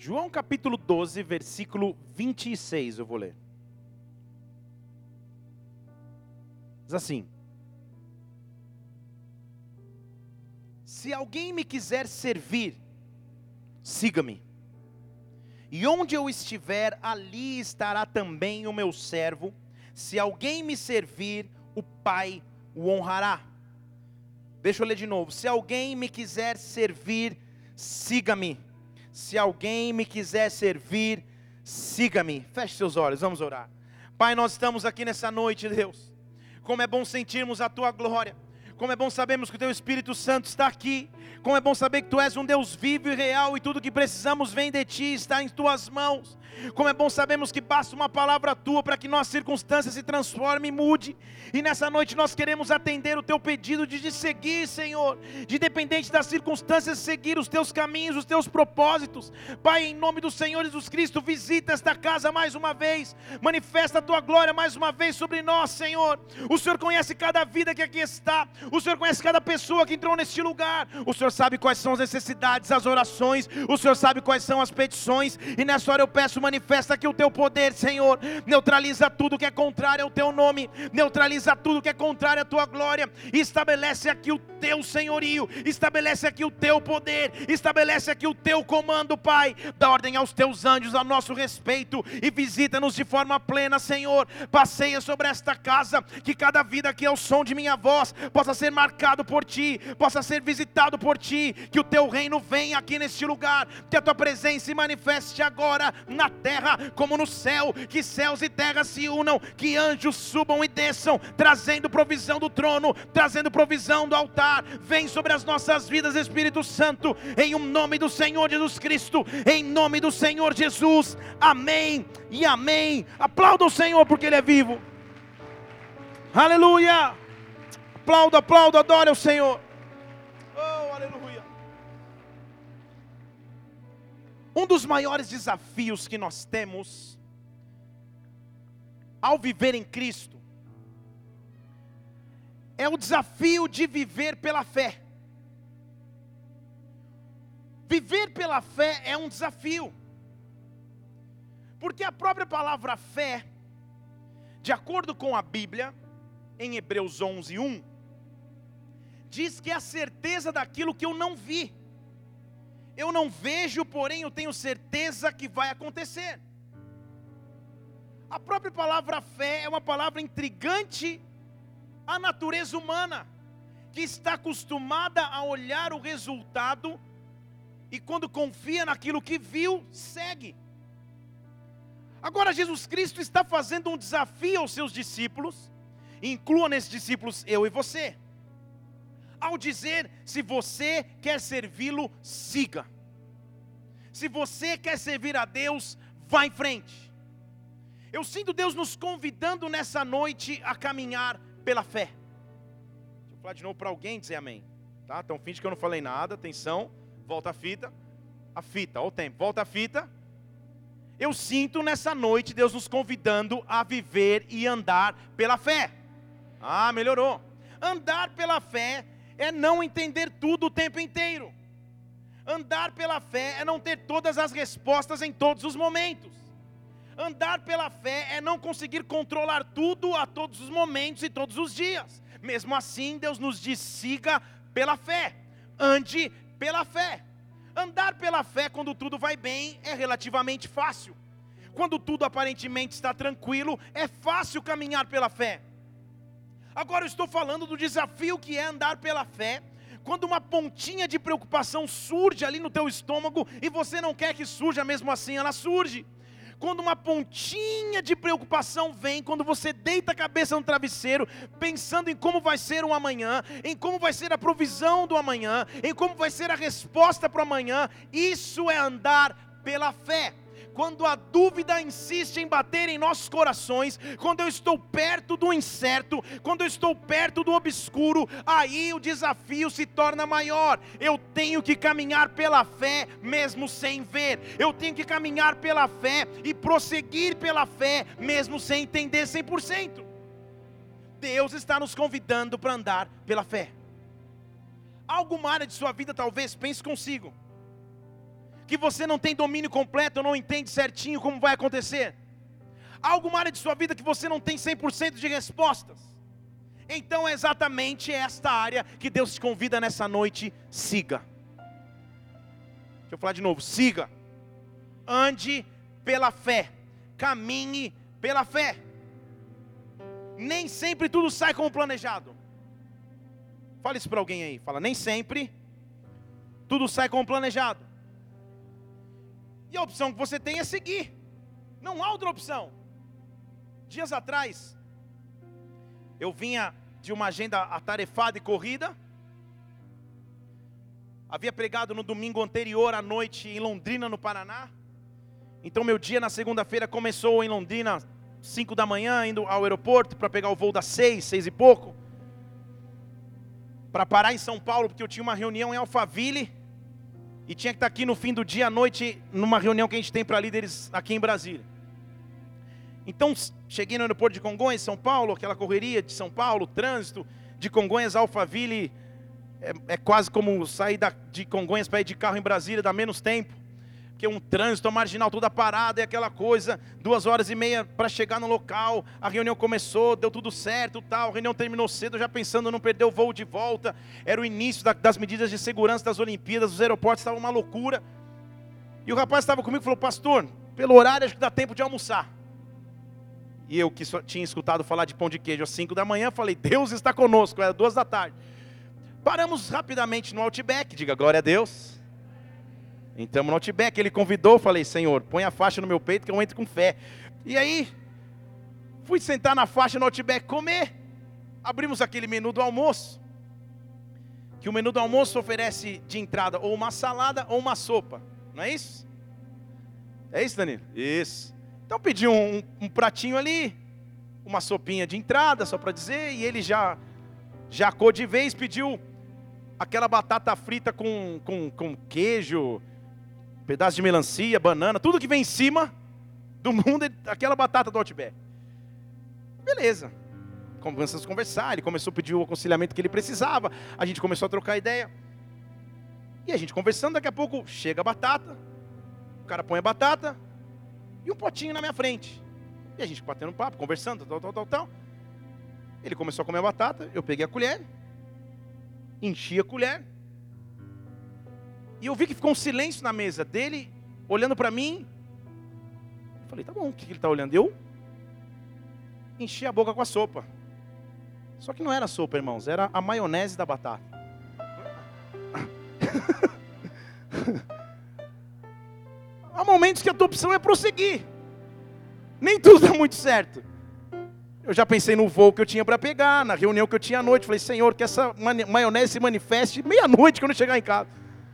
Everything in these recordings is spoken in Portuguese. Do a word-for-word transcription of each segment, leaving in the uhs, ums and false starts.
João capítulo doze, versículo vinte e seis, eu vou ler. Diz assim: se alguém me quiser servir, siga-me. E onde eu estiver, ali estará também o meu servo. Se alguém me servir, o Pai o honrará. Deixa eu ler de novo. Se alguém me quiser servir, siga-me. Se alguém me quiser servir, siga-me. Feche seus olhos, vamos orar. Pai, nós estamos aqui nessa noite, Deus. Como é bom sentirmos a Tua glória. Como é bom sabermos que o Teu Espírito Santo está aqui. Como é bom saber que Tu és um Deus vivo e real, e tudo que precisamos vem de Ti, está em Tuas mãos. Como é bom sabermos que basta uma palavra Tua para que nossa circunstância se transforme e mude. E nessa noite nós queremos atender o Teu pedido de te seguir, Senhor. De independente das circunstâncias, seguir os Teus caminhos, os Teus propósitos. Pai, em nome do Senhor Jesus Cristo, visita esta casa mais uma vez. Manifesta a Tua glória mais uma vez sobre nós, Senhor. O Senhor conhece cada vida que aqui está. O Senhor conhece cada pessoa que entrou neste lugar. O Senhor sabe quais são as necessidades, as orações. O Senhor sabe quais são as petições. E nessa hora eu peço, manifesta aqui o Teu poder, Senhor. Neutraliza tudo que é contrário ao Teu nome. Neutraliza tudo que é contrário à Tua glória. E estabelece aqui o Teu senhorio. Estabelece aqui o Teu poder. Estabelece aqui o Teu comando, Pai. Dá ordem aos Teus anjos a nosso respeito. E visita-nos de forma plena, Senhor. Passeia sobre esta casa. Que cada vida aqui ao som de minha voz possa ser marcado por Ti. Possa ser visitado por Ti. Que o Teu reino venha aqui neste lugar. Que a Tua presença se manifeste agora na terra como no céu. Que céus e terra se unam. Que anjos subam e desçam, trazendo provisão do trono, trazendo provisão do altar. Vem sobre as nossas vidas, Espírito Santo, em um nome do Senhor Jesus Cristo, em nome do Senhor Jesus, amém e amém. Aplauda o Senhor porque Ele é vivo. Aleluia. Aplauda, aplauda, adore o Senhor. Oh, aleluia. Um dos maiores desafios que nós temos ao viver em Cristo é o desafio de viver pela fé. Viver pela fé é um desafio, porque a própria palavra fé, de acordo com a Bíblia, em Hebreus onze, um, diz que é a certeza daquilo que eu não vi. Eu não vejo, porém eu tenho certeza que vai acontecer. A própria palavra fé é uma palavra intrigante à natureza humana, que está acostumada a olhar o resultado e quando confia naquilo que viu, segue. Agora Jesus Cristo está fazendo um desafio aos seus discípulos, inclua nesses discípulos eu e você, ao dizer: se você quer servi-lo, siga. Se você quer servir a Deus, vá em frente. Eu sinto Deus nos convidando nessa noite a caminhar pela fé. Deixa eu falar de novo para alguém dizer amém, tá? Então finge que eu não falei nada, atenção, volta a fita, a fita, olha o tempo, volta a fita. Eu sinto nessa noite Deus nos convidando a viver e andar pela fé. Ah, melhorou. Andar pela fé é não entender tudo o tempo inteiro. Andar pela fé é não ter todas as respostas em todos os momentos. Andar pela fé é não conseguir controlar tudo a todos os momentos e todos os dias. Mesmo assim, Deus nos diz: siga pela fé, ande pela fé. Andar pela fé quando tudo vai bem é relativamente fácil. Quando tudo aparentemente está tranquilo, é fácil caminhar pela fé. Agora eu estou falando do desafio que é andar pela fé quando uma pontinha de preocupação surge ali no teu estômago e você não quer que surja, mesmo assim ela surge. Quando uma pontinha de preocupação vem, quando você deita a cabeça no travesseiro, pensando em como vai ser o amanhã, em como vai ser a provisão do amanhã, em como vai ser a resposta para o amanhã, isso é andar pela fé. Quando a dúvida insiste em bater em nossos corações, quando eu estou perto do incerto, quando eu estou perto do obscuro, aí o desafio se torna maior. Eu tenho que caminhar pela fé mesmo sem ver. Eu tenho que caminhar pela fé e prosseguir pela fé mesmo sem entender cem por cento. Deus está nos convidando para andar pela fé. Alguma área de sua vida talvez pense consigo: que você não tem domínio completo, não entende certinho como vai acontecer? Há alguma área de sua vida que você não tem cem por cento de respostas? Então é exatamente esta área que Deus te convida nessa noite: siga. Deixa eu falar de novo, siga. Ande pela fé, caminhe pela fé. Nem sempre tudo sai como planejado. Fala isso para alguém aí, fala, nem sempre tudo sai como planejado. E a opção que você tem é seguir, não há outra opção. Dias atrás, eu vinha de uma agenda atarefada e corrida. Havia pregado no domingo anterior à noite em Londrina, no Paraná. Então meu dia na segunda-feira começou em Londrina, cinco da manhã, indo ao aeroporto para pegar o voo das seis, seis e pouco. Para parar em São Paulo, porque eu tinha uma reunião em Alphaville. E tinha que estar aqui no fim do dia à noite, numa reunião que a gente tem para líderes aqui em Brasília. Então, cheguei no aeroporto de Congonhas, São Paulo, aquela correria de São Paulo, trânsito de Congonhas a Alphaville, é, é quase como sair da, de Congonhas para ir de carro em Brasília, dá menos tempo, porque um trânsito, a marginal toda parada, é aquela coisa, duas horas e meia para chegar no local, a reunião começou, deu tudo certo, tal, a reunião terminou cedo, já pensando em não perder o voo de volta, era o início da, das medidas de segurança das Olimpíadas, os aeroportos estavam uma loucura, e o rapaz estava comigo e falou: pastor, pelo horário acho que dá tempo de almoçar. E eu que só tinha escutado falar de pão de queijo às cinco da manhã, falei: Deus está conosco, era duas da tarde. Paramos rapidamente no Outback, diga glória a Deus. Entramos no Outback, ele convidou, falei: Senhor, põe a faixa no meu peito que eu entro com fé. E aí, fui sentar na faixa no Outback comer. Abrimos aquele menu do almoço, que o menu do almoço oferece de entrada ou uma salada ou uma sopa, não é isso? É isso, Danilo? Isso. Então pedi um, um, um pratinho ali, uma sopinha de entrada, só para dizer, e ele já, já cor de vez, pediu aquela batata frita com, com, com queijo, pedaço de melancia, banana, tudo que vem em cima do mundo, aquela batata do Outback. Beleza, começamos a conversar, ele começou a pedir o aconselhamento que ele precisava, a gente começou a trocar ideia, e a gente conversando, daqui a pouco chega a batata, o cara põe a batata, e um potinho na minha frente. E a gente batendo papo, conversando, tal, tal, tal, tal. Ele começou a comer a batata, eu peguei a colher, enchi a colher, e eu vi que ficou um silêncio na mesa dele, olhando para mim. Eu falei: tá bom, o que ele está olhando? Eu enchi a boca com a sopa. Só que não era sopa, irmãos, era a maionese da batata. Há momentos que a tua opção é prosseguir. Nem tudo dá muito certo. Eu já pensei no voo que eu tinha para pegar, na reunião que eu tinha à noite. Falei: Senhor, que essa maionese se manifeste meia-noite quando eu chegar em casa.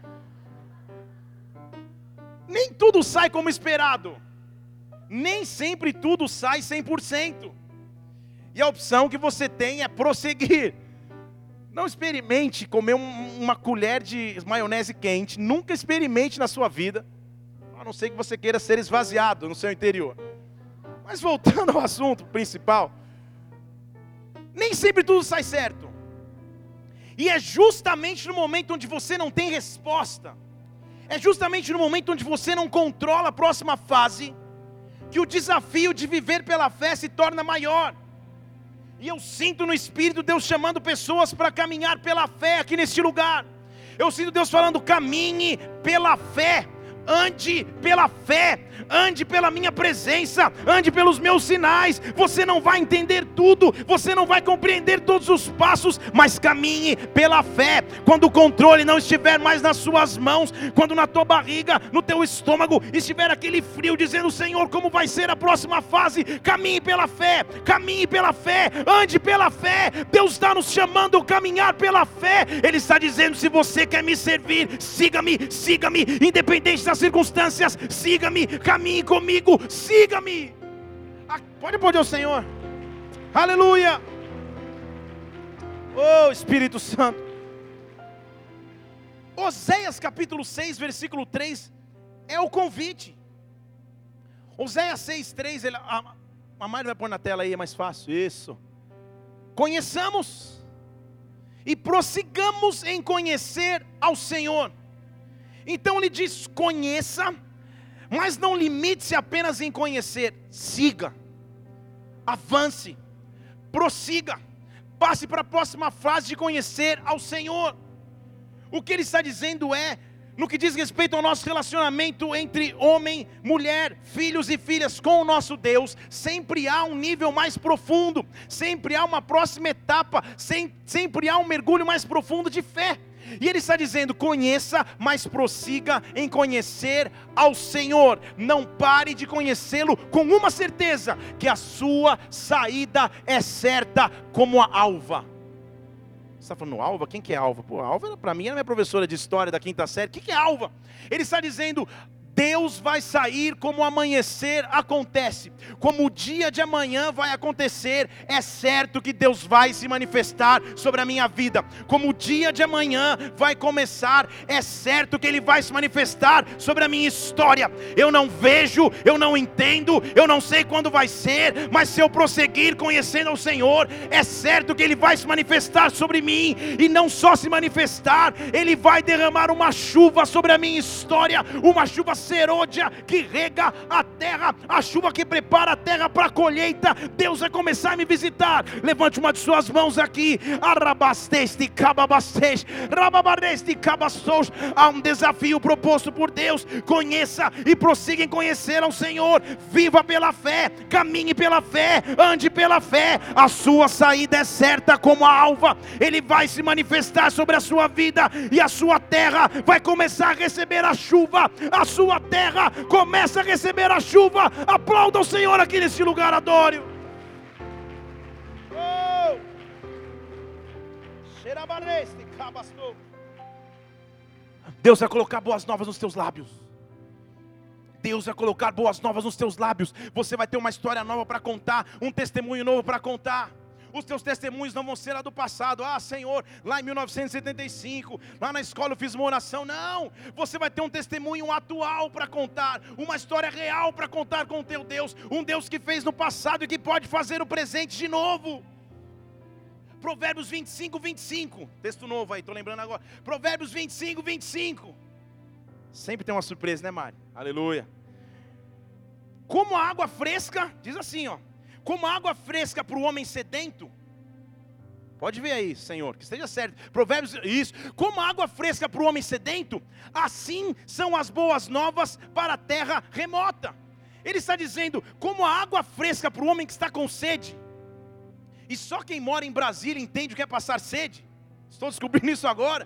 Nem tudo sai como esperado. Nem sempre tudo sai cem por cento. E a opção que você tem é prosseguir. Não experimente comer um, uma colher de maionese quente. Nunca experimente na sua vida. A não ser que você queira ser esvaziado no seu interior. Mas voltando ao assunto principal, nem sempre tudo sai certo. E é justamente no momento onde você não tem resposta, é justamente no momento onde você não controla a próxima fase, que o desafio de viver pela fé se torna maior. E eu sinto no Espírito Deus chamando pessoas para caminhar pela fé aqui neste lugar. Eu sinto Deus falando: caminhe pela fé. Ande pela fé, ande pela minha presença, ande pelos meus sinais. Você não vai entender tudo, você não vai compreender todos os passos, mas caminhe pela fé. Quando o controle não estiver mais nas suas mãos, quando na tua barriga, no teu estômago estiver aquele frio dizendo: Senhor, como vai ser a próxima fase? Caminhe pela fé, caminhe pela fé, ande pela fé. Deus está nos chamando a caminhar pela fé. Ele está dizendo: se você quer me servir, siga-me, siga-me, independente das circunstâncias, siga-me, caminhe comigo, siga-me. Pode aplaudir ao Senhor. Aleluia. Oh, Espírito Santo. Oséias capítulo seis, versículo três é o convite. Oséias seis, três, ele, a, a Mari vai pôr na tela aí, é mais fácil. Isso. Conheçamos e prossigamos em conhecer ao Senhor. Então ele diz: conheça, mas não limite-se apenas em conhecer. Siga, avance, prossiga, passe para a próxima fase de conhecer ao Senhor. O que ele está dizendo é, no que diz respeito ao nosso relacionamento entre homem, mulher, filhos e filhas com o nosso Deus, sempre há um nível mais profundo, sempre há uma próxima etapa, sempre há um mergulho mais profundo de fé. E ele está dizendo: conheça, mas prossiga em conhecer ao Senhor. Não pare de conhecê-lo com uma certeza, que a sua saída é certa como a alva. Você está falando alva? Quem que é alva? Pô, a alva para mim era minha professora de história da quinta série. O que que é alva? Ele está dizendo: Deus vai sair como o amanhecer acontece, como o dia de amanhã vai acontecer. É certo que Deus vai se manifestar sobre a minha vida. Como o dia de amanhã vai começar, é certo que Ele vai se manifestar sobre a minha história. Eu não vejo, eu não entendo, eu não sei quando vai ser, mas se eu prosseguir conhecendo o Senhor, é certo que Ele vai se manifestar sobre mim. E não só se manifestar, Ele vai derramar uma chuva sobre a minha história, uma chuva serôdia que rega a terra, a chuva que prepara a terra para a colheita. Deus vai começar a me visitar. Levante uma de suas mãos aqui. Há um desafio proposto por Deus. Conheça e prossiga em conhecer ao Senhor. Viva pela fé, caminhe pela fé, ande pela fé. A sua saída é certa como a alva. Ele vai se manifestar sobre a sua vida, e a sua terra vai começar a receber a chuva. A sua terra começa a receber a chuva. Aplauda o Senhor aqui nesse lugar, adore. Oh! Deus vai colocar boas novas nos teus lábios. Deus vai colocar boas novas nos teus lábios. Você vai ter uma história nova para contar, um testemunho novo para contar. Os teus testemunhos não vão ser lá do passado. Ah, Senhor, lá em mil novecentos e setenta e cinco, lá na escola eu fiz uma oração. Não, você vai ter um testemunho atual para contar, uma história real para contar com o teu Deus. Um Deus que fez no passado e que pode fazer o presente de novo. Provérbios vinte e cinco, vinte e cinco, texto novo aí, estou lembrando agora. Provérbios vinte e cinco, vinte e cinco. Sempre tem uma surpresa, né, Mari? Aleluia. Como a água fresca, diz assim, ó: como a água fresca para o homem sedento. Pode ver aí, Senhor, que esteja certo. Provérbios, isso. Como a água fresca para o homem sedento, assim são as boas novas para a terra remota. Ele está dizendo, como a água fresca para o homem que está com sede. E só quem mora em Brasília entende o que é passar sede. Estou descobrindo isso agora.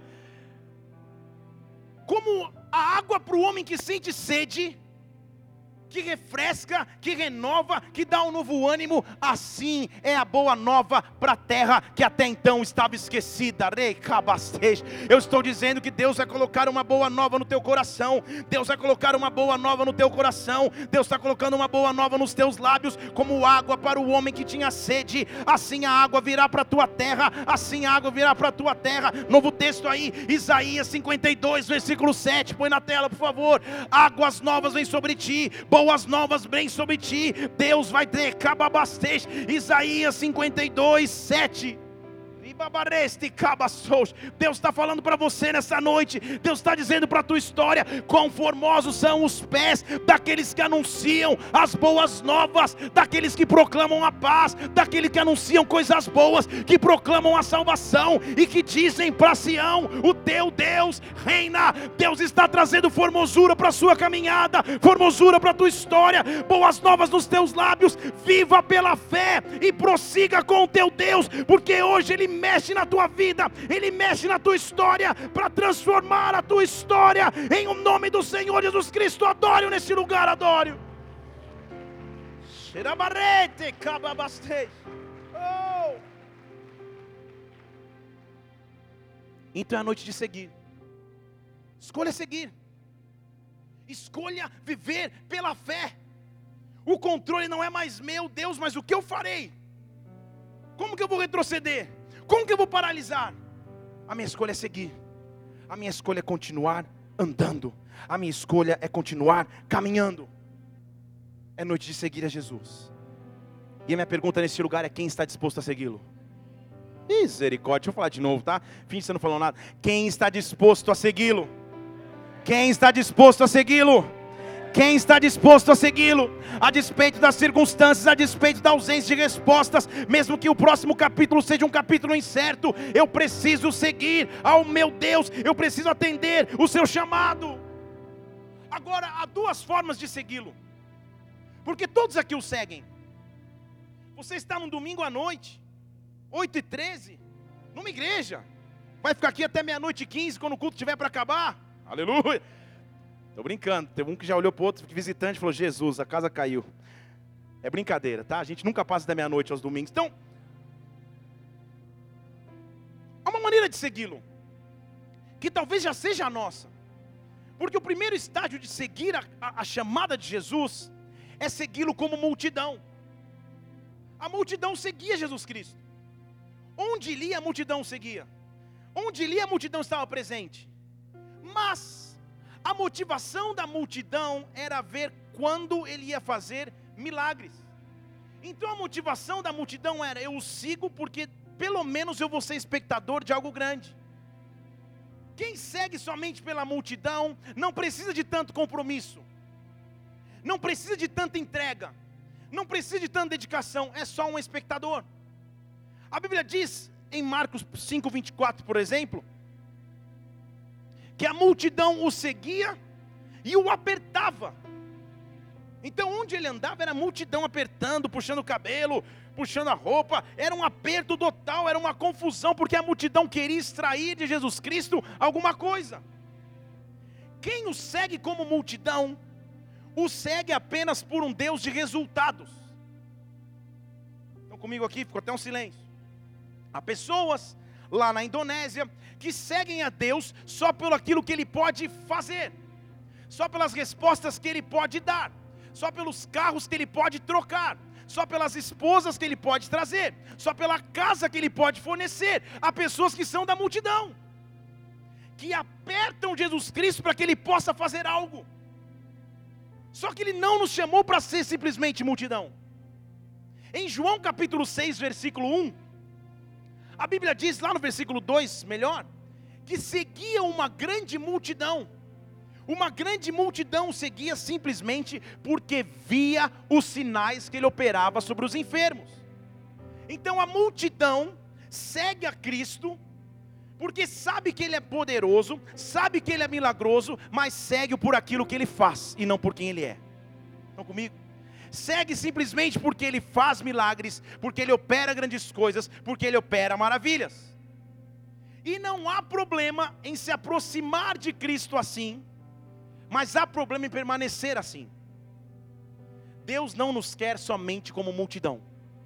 Como a água para o homem que sente sede, que refresca, que renova, que dá um novo ânimo, assim é a boa nova para a terra que até então estava esquecida. Eu estou dizendo que Deus vai colocar uma boa nova no teu coração. Deus vai colocar uma boa nova no teu coração. Deus está colocando uma boa nova nos teus lábios. Como água para o homem que tinha sede, assim a água virá para a tua terra. Assim a água virá para a tua terra. Novo texto aí, Isaías cinquenta e dois, versículo sete. Põe na tela, por favor. Águas novas vêm sobre ti, boas novas vêm sobre ti. Deus vai ter cababastez. Isaías cinquenta e dois, sete. Deus está falando para você nessa noite. Deus está dizendo para a tua história: quão formosos são os pés daqueles que anunciam as boas novas, daqueles que proclamam a paz, daqueles que anunciam coisas boas, que proclamam a salvação e que dizem para Sião: o teu Deus reina. Deus está trazendo formosura para a sua caminhada, formosura para a tua história, boas novas nos teus lábios. Viva pela fé e prossiga com o teu Deus, porque hoje Ele mexe na tua vida, Ele mexe na tua história, para transformar a tua história, em o nome do Senhor Jesus Cristo. Adore nesse lugar, adore. Oh. Então é a noite de seguir. Escolha seguir, escolha viver pela fé. O controle não é mais meu, Deus, mas o que eu farei? Como que eu vou retroceder? Como que eu vou paralisar? A minha escolha é seguir. A minha escolha é continuar andando. A minha escolha é continuar caminhando. É noite de seguir a Jesus. E a minha pergunta nesse lugar é: quem está disposto a segui-lo? Misericórdia, deixa eu falar de novo, tá? Finge que você não falou nada. Quem está disposto a segui-lo? Quem está disposto a segui-lo? Quem está disposto a segui-lo? A despeito das circunstâncias, a despeito da ausência de respostas, mesmo que o próximo capítulo seja um capítulo incerto, eu preciso seguir ao meu Deus, eu preciso atender o seu chamado. Agora, há duas formas de segui-lo, porque todos aqui o seguem. Você está num domingo à noite, oito e treze, numa igreja, vai ficar aqui até meia-noite e quinze, quando o culto estiver para acabar, aleluia. Estou brincando, tem um que já olhou para o outro, visitante, e falou, Jesus, a casa caiu. É brincadeira, tá? A gente nunca passa da meia-noite aos domingos. Então, há uma maneira de segui-lo, que talvez já seja a nossa. Porque o primeiro estágio de seguir a, a, a chamada de Jesus, é segui-lo como multidão. A multidão seguia Jesus Cristo. Onde ele ia, a multidão seguia. Onde ele ia, a multidão estava presente. Mas a motivação da multidão era ver quando ele ia fazer milagres. Então a motivação da multidão era, eu o sigo porque pelo menos eu vou ser espectador de algo grande. Quem segue somente pela multidão, não precisa de tanto compromisso, não precisa de tanta entrega, não precisa de tanta dedicação, é só um espectador. A Bíblia diz em Marcos cinco, vinte e quatro, por exemplo, que a multidão o seguia e o apertava. Então onde ele andava era a multidão apertando, puxando o cabelo, puxando a roupa, era um aperto total, era uma confusão, porque a multidão queria extrair de Jesus Cristo alguma coisa. Quem o segue como multidão, o segue apenas por um Deus de resultados. Estão comigo aqui? Ficou até um silêncio. Há pessoas lá na Indonésia que seguem a Deus só pelo aquilo que Ele pode fazer, só pelas respostas que Ele pode dar, só pelos carros que Ele pode trocar, só pelas esposas que Ele pode trazer, só pela casa que Ele pode fornecer. Há pessoas que são da multidão, que apertam Jesus Cristo para que Ele possa fazer algo. Só que Ele não nos chamou para ser simplesmente multidão. Em João capítulo seis, versículo um, a Bíblia diz lá no versículo dois, melhor, que seguia uma grande multidão. Uma grande multidão seguia simplesmente porque via os sinais que Ele operava sobre os enfermos. Então a multidão segue a Cristo porque sabe que Ele é poderoso, sabe que Ele é milagroso, mas segue por aquilo que Ele faz e não por quem Ele é. Estão comigo? Segue simplesmente porque Ele faz milagres, porque Ele opera grandes coisas, porque Ele opera maravilhas. E não há problema em se aproximar de Cristo assim, mas há problema em permanecer assim. Deus não nos quer somente como multidão.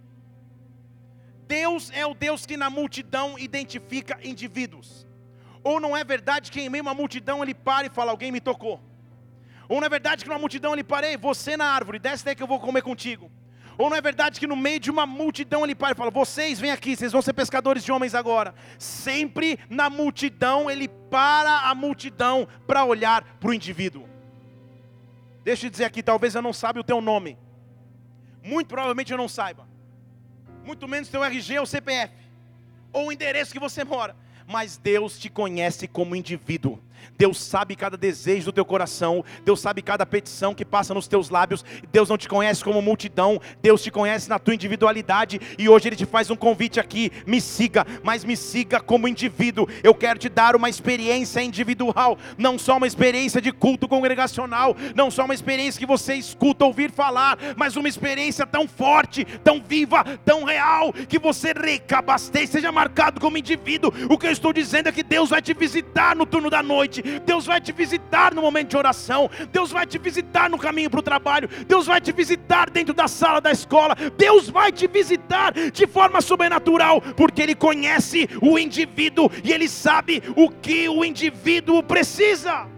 Deus é o Deus que na multidão identifica indivíduos. Ou não é verdade que em meio a uma multidão Ele para e fala, alguém me tocou? Ou não é verdade que numa multidão Ele para, ei, você na árvore, desce daí que eu vou comer contigo? Ou não é verdade que no meio de uma multidão Ele para e fala, vocês vêm aqui, vocês vão ser pescadores de homens agora? Sempre na multidão Ele para a multidão para olhar para o indivíduo. Deixa eu dizer aqui, talvez eu não saiba o teu nome, muito provavelmente eu não saiba, muito menos teu R G ou C P F, ou o endereço que você mora, mas Deus te conhece como indivíduo. Deus sabe cada desejo do teu coração, Deus sabe cada petição que passa nos teus lábios. Deus não te conhece como multidão, Deus te conhece na tua individualidade. E hoje Ele te faz um convite aqui, me siga, mas me siga como indivíduo. Eu quero te dar uma experiência individual, não só uma experiência de culto congregacional, não só uma experiência que você escuta ouvir falar, mas uma experiência tão forte, tão viva, tão real, que você recabasteie, seja marcado como indivíduo. O que eu estou dizendo é que Deus vai te visitar no turno da noite, Deus vai te visitar no momento de oração, Deus vai te visitar no caminho para o trabalho, Deus vai te visitar dentro da sala da escola, Deus vai te visitar de forma sobrenatural, porque Ele conhece o indivíduo e Ele sabe o que o indivíduo precisa.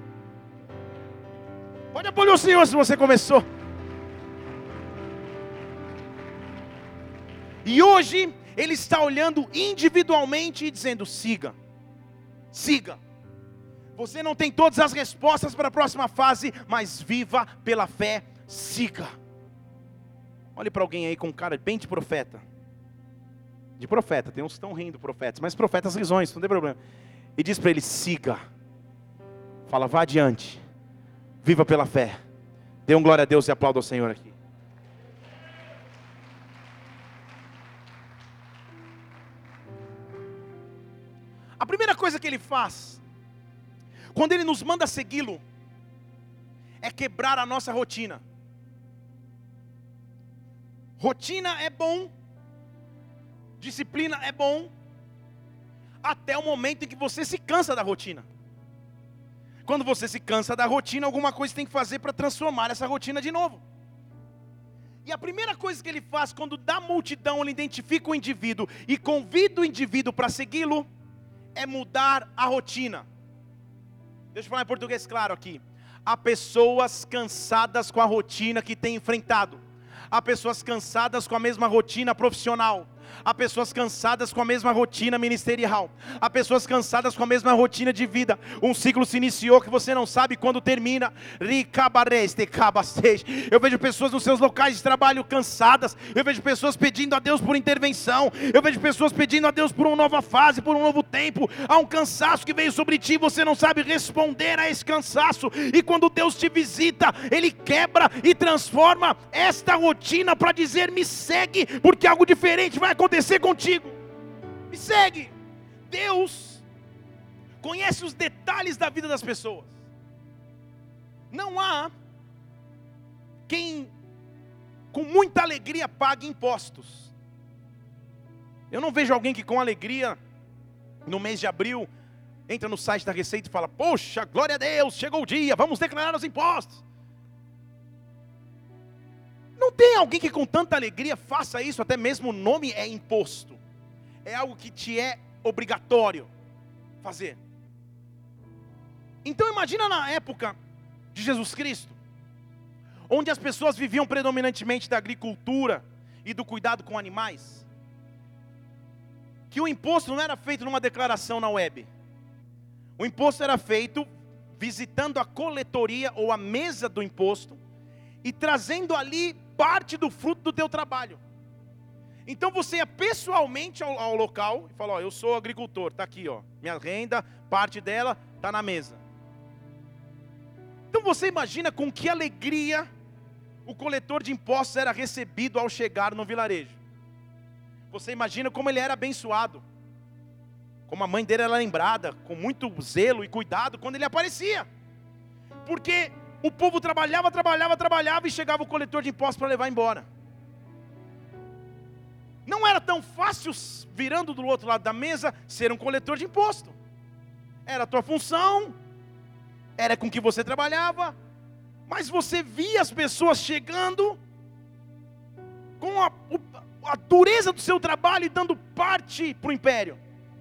Pode aplaudir o Senhor se você começou. E hoje Ele está olhando individualmente e dizendo, siga, siga. Você não tem todas as respostas para a próxima fase, mas viva pela fé, siga. Olhe para alguém aí com cara bem de profeta. De profeta, tem uns que estão rindo profetas, mas profetas risões, não tem problema. E diz para ele, siga. Fala, vá adiante. Viva pela fé. Dê um glória a Deus e aplauda ao Senhor aqui. A primeira coisa que Ele faz, quando Ele nos manda segui-lo, é quebrar a nossa rotina. Rotina é bom, disciplina é bom, até o momento em que você se cansa da rotina. Quando você se cansa da rotina, alguma coisa tem que fazer para transformar essa rotina de novo. E a primeira coisa que Ele faz, quando da multidão Ele identifica o indivíduo e convida o indivíduo para segui-lo, é mudar a rotina. Deixa eu falar em português claro aqui. Há pessoas cansadas com a rotina que têm enfrentado. Há pessoas cansadas com a mesma rotina profissional. Há pessoas cansadas com a mesma rotina ministerial. Há pessoas cansadas com a mesma rotina de vida. Um ciclo se iniciou que você não sabe quando termina. Eu vejo pessoas nos seus locais de trabalho cansadas. Eu vejo pessoas pedindo a Deus por intervenção. Eu vejo pessoas pedindo a Deus por uma nova fase, por um novo tempo. Há um cansaço que veio sobre ti, você não sabe responder a esse cansaço. E quando Deus te visita, Ele quebra e transforma esta rotina para dizer: me segue, porque algo diferente vai acontecer contigo. Me segue. Deus conhece os detalhes da vida das pessoas. Não há quem com muita alegria pague impostos. Eu não vejo alguém que com alegria no mês de abril entra no site da Receita e fala: poxa, glória a Deus, chegou o dia, vamos declarar os impostos. Não tem alguém que com tanta alegria faça isso, até mesmo o nome é imposto. É algo que te é obrigatório fazer. Então imagina na época de Jesus Cristo, onde as pessoas viviam predominantemente da agricultura e do cuidado com animais, que o imposto não era feito numa declaração na web. O imposto era feito visitando a coletoria ou a mesa do imposto e trazendo ali parte do fruto do teu trabalho. Então você ia pessoalmente ao, ao local e fala: ó, eu sou agricultor, está aqui, ó, minha renda, parte dela está na mesa. Então você imagina com que alegria o coletor de impostos era recebido ao chegar no vilarejo. Você imagina como ele era abençoado, como a mãe dele era lembrada, com muito zelo e cuidado quando ele aparecia. Porque o povo trabalhava, trabalhava, trabalhava e chegava o coletor de impostos para levar embora. Não era tão fácil, virando do outro lado da mesa, ser um coletor de imposto. Era a tua função, era com que você trabalhava, mas você via as pessoas chegando com a, a dureza do seu trabalho e dando parte para o império.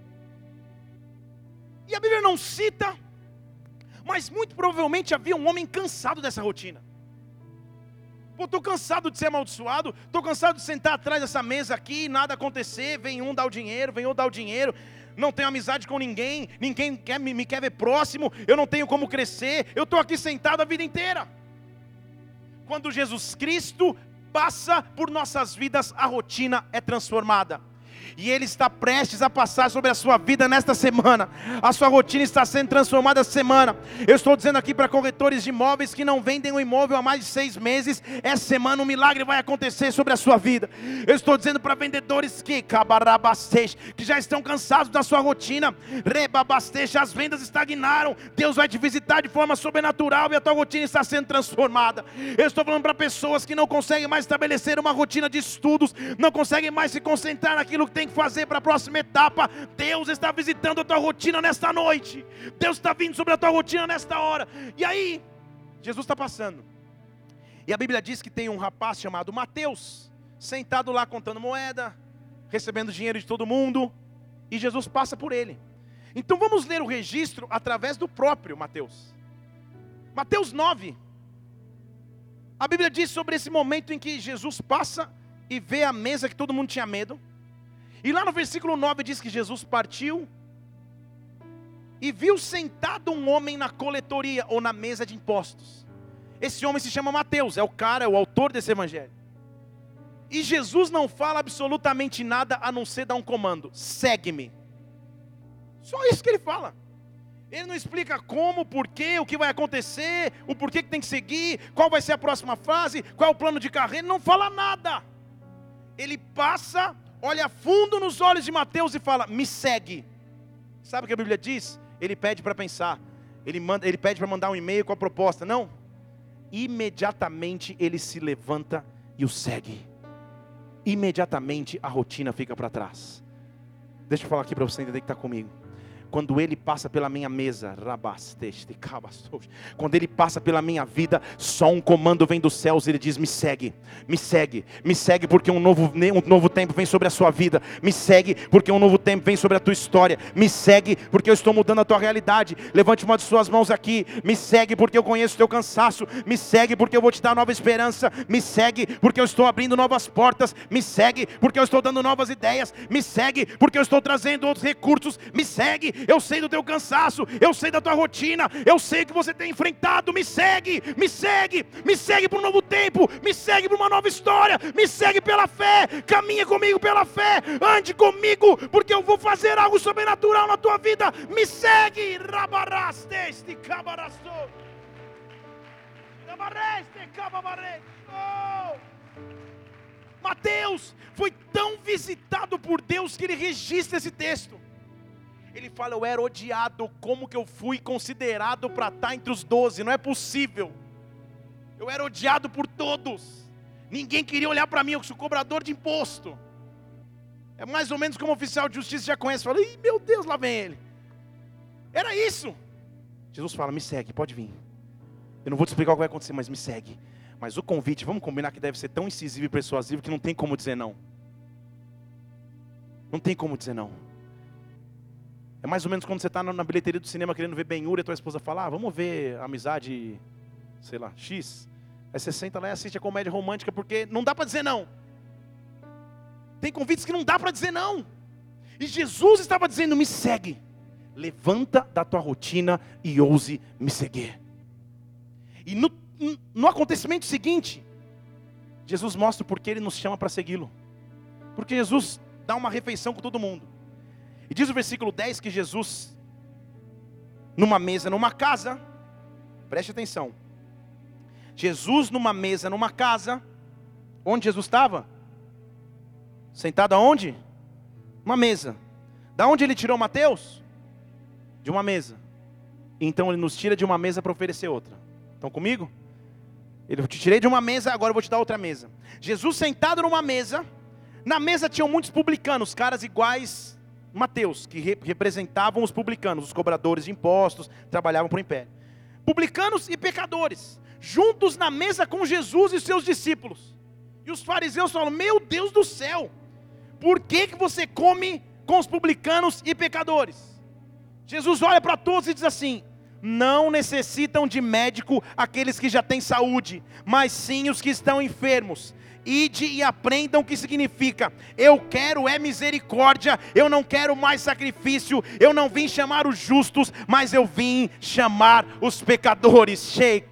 E a Bíblia não cita, mas muito provavelmente havia um homem cansado dessa rotina. Pô, estou cansado de ser amaldiçoado, estou cansado de sentar atrás dessa mesa aqui e nada acontecer, vem um dar o dinheiro, vem outro dar o dinheiro, não tenho amizade com ninguém, ninguém quer, me, me quer ver próximo, eu não tenho como crescer, eu estou aqui sentado a vida inteira. Quando Jesus Cristo passa por nossas vidas, a rotina é transformada. E Ele está prestes a passar sobre a sua vida nesta semana. A sua rotina está sendo transformada esta semana. Eu estou dizendo aqui para corretores de imóveis que não vendem um imóvel há mais de seis meses: essa semana um milagre vai acontecer sobre a sua vida. Eu estou dizendo para vendedores que que já estão cansados da sua rotina, as vendas estagnaram. Deus vai te visitar de forma sobrenatural e a tua rotina está sendo transformada. Eu estou falando para pessoas que não conseguem mais estabelecer uma rotina de estudos, não conseguem mais se concentrar naquilo que tem que fazer para a próxima etapa. Deus está visitando a tua rotina nesta noite. Deus está vindo sobre a tua rotina nesta hora. E aí, Jesus está passando. E a Bíblia diz que tem um rapaz chamado Mateus, sentado lá contando moeda, recebendo dinheiro de todo mundo. E Jesus passa por ele. Então vamos ler o registro através do próprio Mateus. Mateus nove. A Bíblia diz sobre esse momento em que Jesus passa e vê a mesa que todo mundo tinha medo. E lá no versículo nove diz que Jesus partiu e viu sentado um homem na coletoria ou na mesa de impostos. Esse homem se chama Mateus, é o cara, é o autor desse evangelho. E Jesus não fala absolutamente nada a não ser dar um comando: segue-me. Só isso que ele fala. Ele não explica como, porquê, o que vai acontecer, o porquê que tem que seguir, qual vai ser a próxima fase, qual é o plano de carreira. Ele não fala nada. Ele passa, olha fundo nos olhos de Mateus e fala: me segue. Sabe o que a Bíblia diz? Ele pede para pensar. Ele, manda, ele pede para mandar um e-mail com a proposta. Não. Imediatamente ele se levanta e o segue. Imediatamente a rotina fica para trás. Deixa eu falar aqui para você entender que está comigo. Quando ele passa pela minha mesa, quando ele passa pela minha vida, só um comando vem dos céus e ele diz: me segue, me segue, me segue porque um novo, um novo tempo vem sobre a sua vida, me segue porque um novo tempo vem sobre a tua história, me segue porque eu estou mudando a tua realidade. Levante uma de suas mãos aqui, me segue porque eu conheço o teu cansaço, me segue porque eu vou te dar nova esperança, me segue porque eu estou abrindo novas portas, me segue porque eu estou dando novas ideias, me segue porque eu estou trazendo outros recursos, me segue. Eu sei do teu cansaço, eu sei da tua rotina, eu sei que você tem enfrentado. Me segue, me segue, me segue para um novo tempo, me segue para uma nova história, me segue pela fé, caminha comigo pela fé, ande comigo, porque eu vou fazer algo sobrenatural na tua vida. Me segue, rabarasteste, cabarasto, rabareste, cababareste. Mateus foi tão visitado por Deus que ele registra esse texto. Ele fala: eu era odiado, como que eu fui considerado para estar entre os doze? Não é possível. Eu era odiado por todos. Ninguém queria olhar para mim, eu sou cobrador de imposto. É mais ou menos como o oficial de justiça já conhece. Fala: ih, meu Deus, lá vem ele. Era isso. Jesus fala: me segue, pode vir. Eu não vou te explicar o que vai acontecer, mas me segue. Mas o convite, vamos combinar que deve ser tão incisivo e persuasivo que não tem como dizer não. Não tem como dizer não. É mais ou menos quando você está na bilheteria do cinema querendo ver Ben-Hur e a tua esposa fala: ah, vamos ver Amizade, sei lá, X. Aí você senta lá e assiste a comédia romântica, porque não dá para dizer não. Tem convites que não dá para dizer não. E Jesus estava dizendo: me segue. Levanta da tua rotina e ouse me seguir. E no, no acontecimento seguinte, Jesus mostra porque ele nos chama para segui-lo. Porque Jesus dá uma refeição com todo mundo. E diz o versículo dez que Jesus, numa mesa, numa casa, preste atenção. Jesus numa mesa, numa casa, onde Jesus estava? Sentado aonde? Uma mesa. Da onde ele tirou Mateus? De uma mesa. Então ele nos tira de uma mesa para oferecer outra. Estão comigo? Eu te tirei de uma mesa, agora eu vou te dar outra mesa. Jesus sentado numa mesa. Na mesa tinham muitos publicanos, caras iguais Mateus, que re- representavam os publicanos, os cobradores de impostos, trabalhavam para o império. Publicanos e pecadores, juntos na mesa com Jesus e seus discípulos. E os fariseus falam: meu Deus do céu, por que que você come com os publicanos e pecadores? Jesus olha para todos e diz assim: não necessitam de médico aqueles que já têm saúde, mas sim os que estão enfermos. Ide e aprendam o que significa: eu quero é misericórdia, eu não quero mais sacrifício, eu não vim chamar os justos, mas eu vim chamar os pecadores.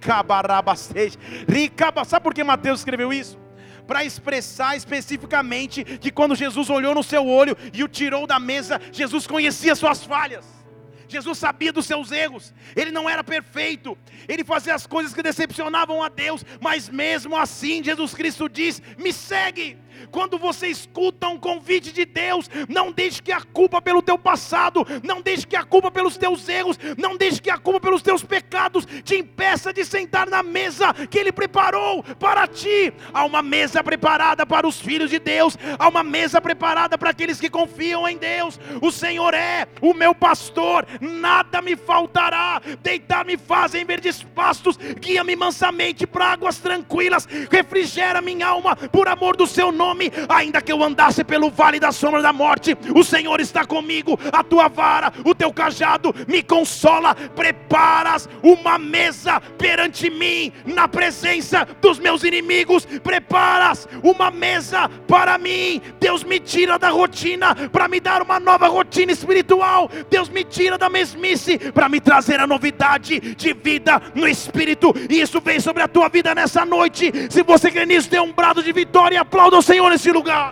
Sabe por que Mateus escreveu isso? Para expressar especificamente que quando Jesus olhou no seu olho e o tirou da mesa, Jesus conhecia suas falhas. Jesus sabia dos seus erros, ele não era perfeito, ele fazia as coisas que decepcionavam a Deus, mas mesmo assim Jesus Cristo diz: me segue. Quando você escuta um convite de Deus, não deixe que a culpa pelo teu passado, não deixe que a culpa pelos teus erros, não deixe que a culpa pelos teus pecados te impeça de sentar na mesa que Ele preparou para ti. Há uma mesa preparada para os filhos de Deus, há uma mesa preparada para aqueles que confiam em Deus. O Senhor é o meu pastor, nada me faltará. Deitar-me faz em verdes pastos, guia-me mansamente para águas tranquilas, refrigera minha alma por amor do seu nome. Ainda que eu andasse pelo vale da sombra da morte, o Senhor está comigo, a tua vara, o teu cajado me consola. Preparas uma mesa perante mim, na presença dos meus inimigos. Preparas uma mesa para mim. Deus me tira da rotina para me dar uma nova rotina espiritual. Deus me tira da mesmice para me trazer a novidade de vida no Espírito. E isso vem sobre a tua vida nessa noite. Se você crê nisso, dê um brado de vitória e aplauda o Senhor nesse lugar.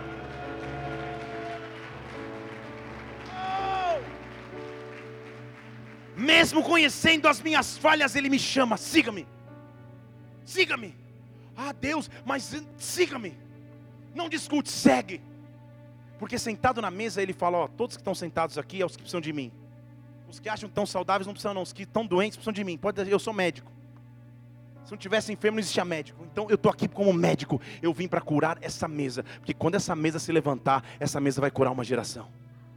Mesmo conhecendo as minhas falhas, Ele me chama, siga-me, siga-me. Ah, Deus, mas siga-me. Não discute, segue. Porque sentado na mesa Ele fala, ó, todos que estão sentados aqui é os que precisam de mim. Os que acham que estão saudáveis não precisam não, os que estão doentes precisam de mim. Pode, eu sou médico. Se não tivesse enfermo não existia médico. Então eu estou aqui como médico. Eu vim para curar essa mesa. Porque quando essa mesa se levantar, essa mesa vai curar uma geração.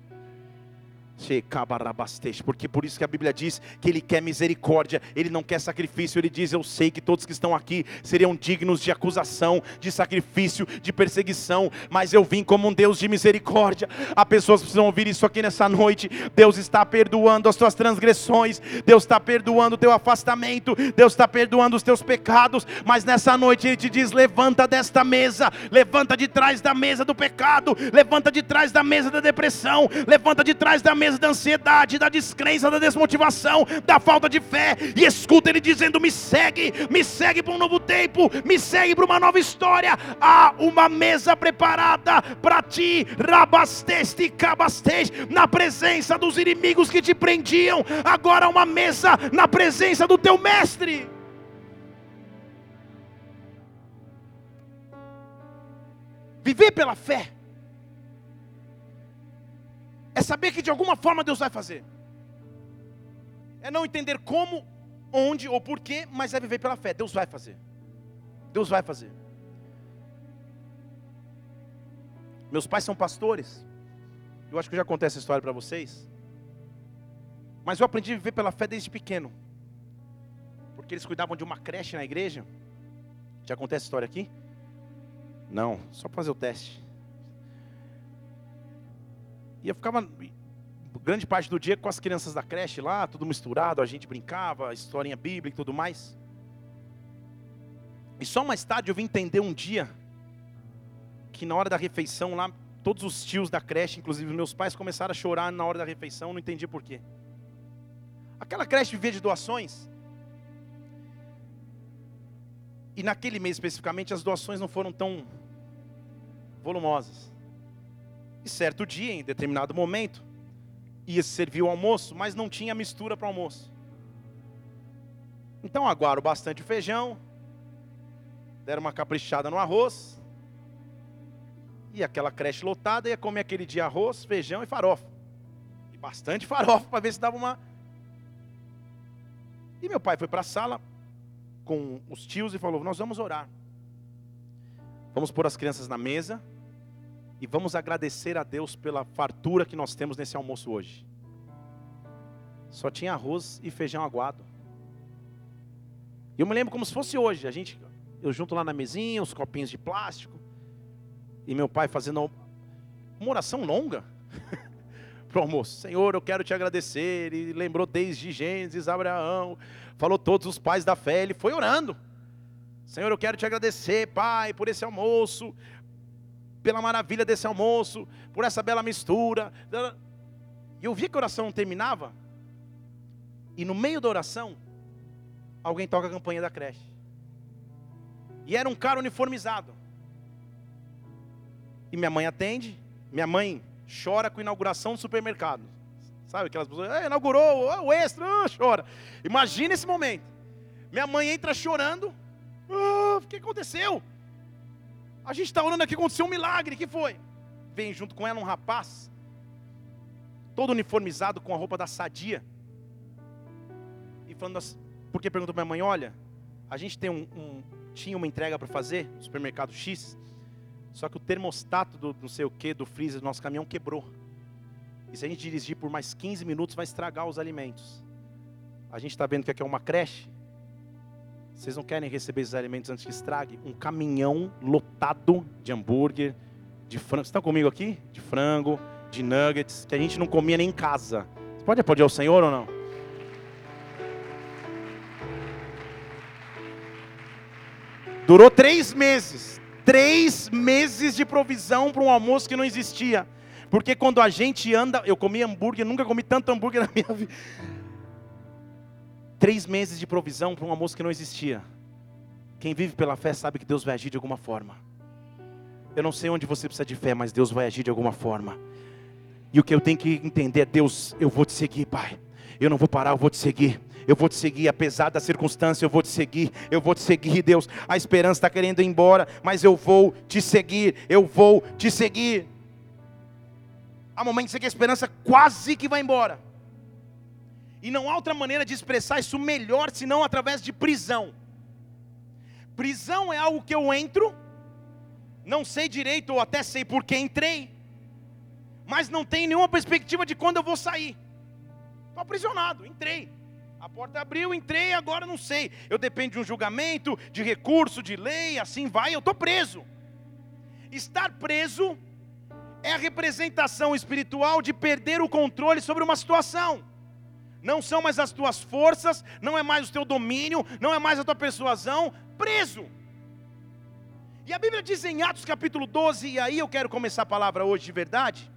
Porque por isso que a Bíblia diz que Ele quer misericórdia, Ele não quer sacrifício. Ele diz, eu sei que todos que estão aqui seriam dignos de acusação, de sacrifício, de perseguição, mas eu vim como um Deus de misericórdia. Há pessoas que precisam ouvir isso aqui nessa noite. Deus está perdoando as tuas transgressões, Deus está perdoando o teu afastamento, Deus está perdoando os teus pecados, mas nessa noite Ele te diz, levanta desta mesa, levanta de trás da mesa do pecado, levanta de trás da mesa da depressão, levanta de trás da mesa da ansiedade, da descrença, da desmotivação, da falta de fé, e escuta Ele dizendo, me segue, me segue para um novo tempo, me segue para uma nova história. Há uma mesa preparada para ti, rabasteste, cabasteste, na presença dos inimigos que te prendiam, agora uma mesa na presença do teu mestre. Viver pela fé é saber que de alguma forma Deus vai fazer. É não entender como, onde ou porquê, mas é viver pela fé. Deus vai fazer. Deus vai fazer. Meus pais são pastores. Eu acho que eu já contei essa história para vocês. Mas eu aprendi a viver pela fé desde pequeno. Porque eles cuidavam de uma creche na igreja. Já contei essa história aqui? Não, só para fazer o teste. E eu ficava grande parte do dia com as crianças da creche lá, tudo misturado, a gente brincava, historinha bíblica e tudo mais. E só mais tarde eu vim entender um dia, que na hora da refeição lá, todos os tios da creche, inclusive meus pais, começaram a chorar na hora da refeição, não entendi por quê. Aquela creche vivia de doações. E naquele mês especificamente, as doações não foram tão volumosas. E certo dia, em determinado momento, ia se servir o almoço, mas não tinha mistura para o almoço. Então aguaram bastante feijão, deram uma caprichada no arroz, e aquela creche lotada ia comer aquele dia arroz, feijão e farofa. E bastante farofa para ver se dava uma... E meu pai foi para a sala com os tios e falou, nós vamos orar. Vamos pôr as crianças na mesa e vamos agradecer a Deus pela fartura que nós temos nesse almoço hoje. Só tinha arroz e feijão aguado. E eu me lembro como se fosse hoje. A gente, eu junto lá na mesinha, os copinhos de plástico. E meu pai fazendo uma oração longa para o almoço. Senhor, eu quero te agradecer. E lembrou desde Gênesis, Abraão. Falou todos os pais da fé. Ele foi orando. Senhor, eu quero te agradecer, Pai, por esse almoço, pela maravilha desse almoço, por essa bela mistura. E eu vi que a oração não terminava. E no meio da oração, alguém toca a campainha da creche. E era um cara uniformizado. E minha mãe atende. Minha mãe chora com a inauguração do supermercado. Sabe aquelas pessoas, ah, inaugurou, ah, o extra, ah, chora. Imagina esse momento. Minha mãe entra chorando. Ah, o que aconteceu? A gente está orando aqui, aconteceu um milagre, o que foi? Vem junto com ela um rapaz, todo uniformizado com a roupa da Sadia. E falando assim, porque perguntou para minha mãe, olha, a gente tem um, um, tinha uma entrega para fazer no supermercado X, só que o termostato do não sei o que, do freezer do nosso caminhão quebrou. E se a gente dirigir por mais quinze minutos, vai estragar os alimentos. A gente está vendo que aqui é uma creche. Vocês não querem receber esses alimentos antes que estrague? Um caminhão lotado de hambúrguer, de frango. Vocês estão comigo aqui? De frango, de nuggets, que a gente não comia nem em casa. Você pode aplaudir ao Senhor ou não? Durou três meses. Três meses de provisão para um almoço que não existia. Porque quando a gente anda... Eu comi hambúrguer, nunca comi tanto hambúrguer na minha vida. Três meses de provisão para um almoço que não existia. Quem vive pela fé sabe que Deus vai agir de alguma forma. Eu não sei onde você precisa de fé, mas Deus vai agir de alguma forma. E o que eu tenho que entender é, Deus, eu vou te seguir, Pai. eu não vou parar, eu vou te seguir. Eu vou te seguir, apesar da circunstância, eu vou te seguir, eu vou te seguir, Deus. A esperança está querendo ir embora, mas eu vou te seguir, eu vou te seguir. Há momentos em que a esperança quase que vai embora. E não há outra maneira de expressar isso melhor, senão através de prisão. Prisão é algo que eu entro, não sei direito, ou até sei por que entrei, mas não tem nenhuma perspectiva de quando eu vou sair. Estou aprisionado, entrei. A porta abriu, entrei, agora não sei. Eu dependo de um julgamento, de recurso, de lei, assim vai, eu estou preso. Estar preso é a representação espiritual de perder o controle sobre uma situação. Não são mais as tuas forças, não é mais o teu domínio, não é mais a tua persuasão, preso. E a Bíblia diz em Atos capítulo doze, e aí eu quero começar a palavra hoje de verdade.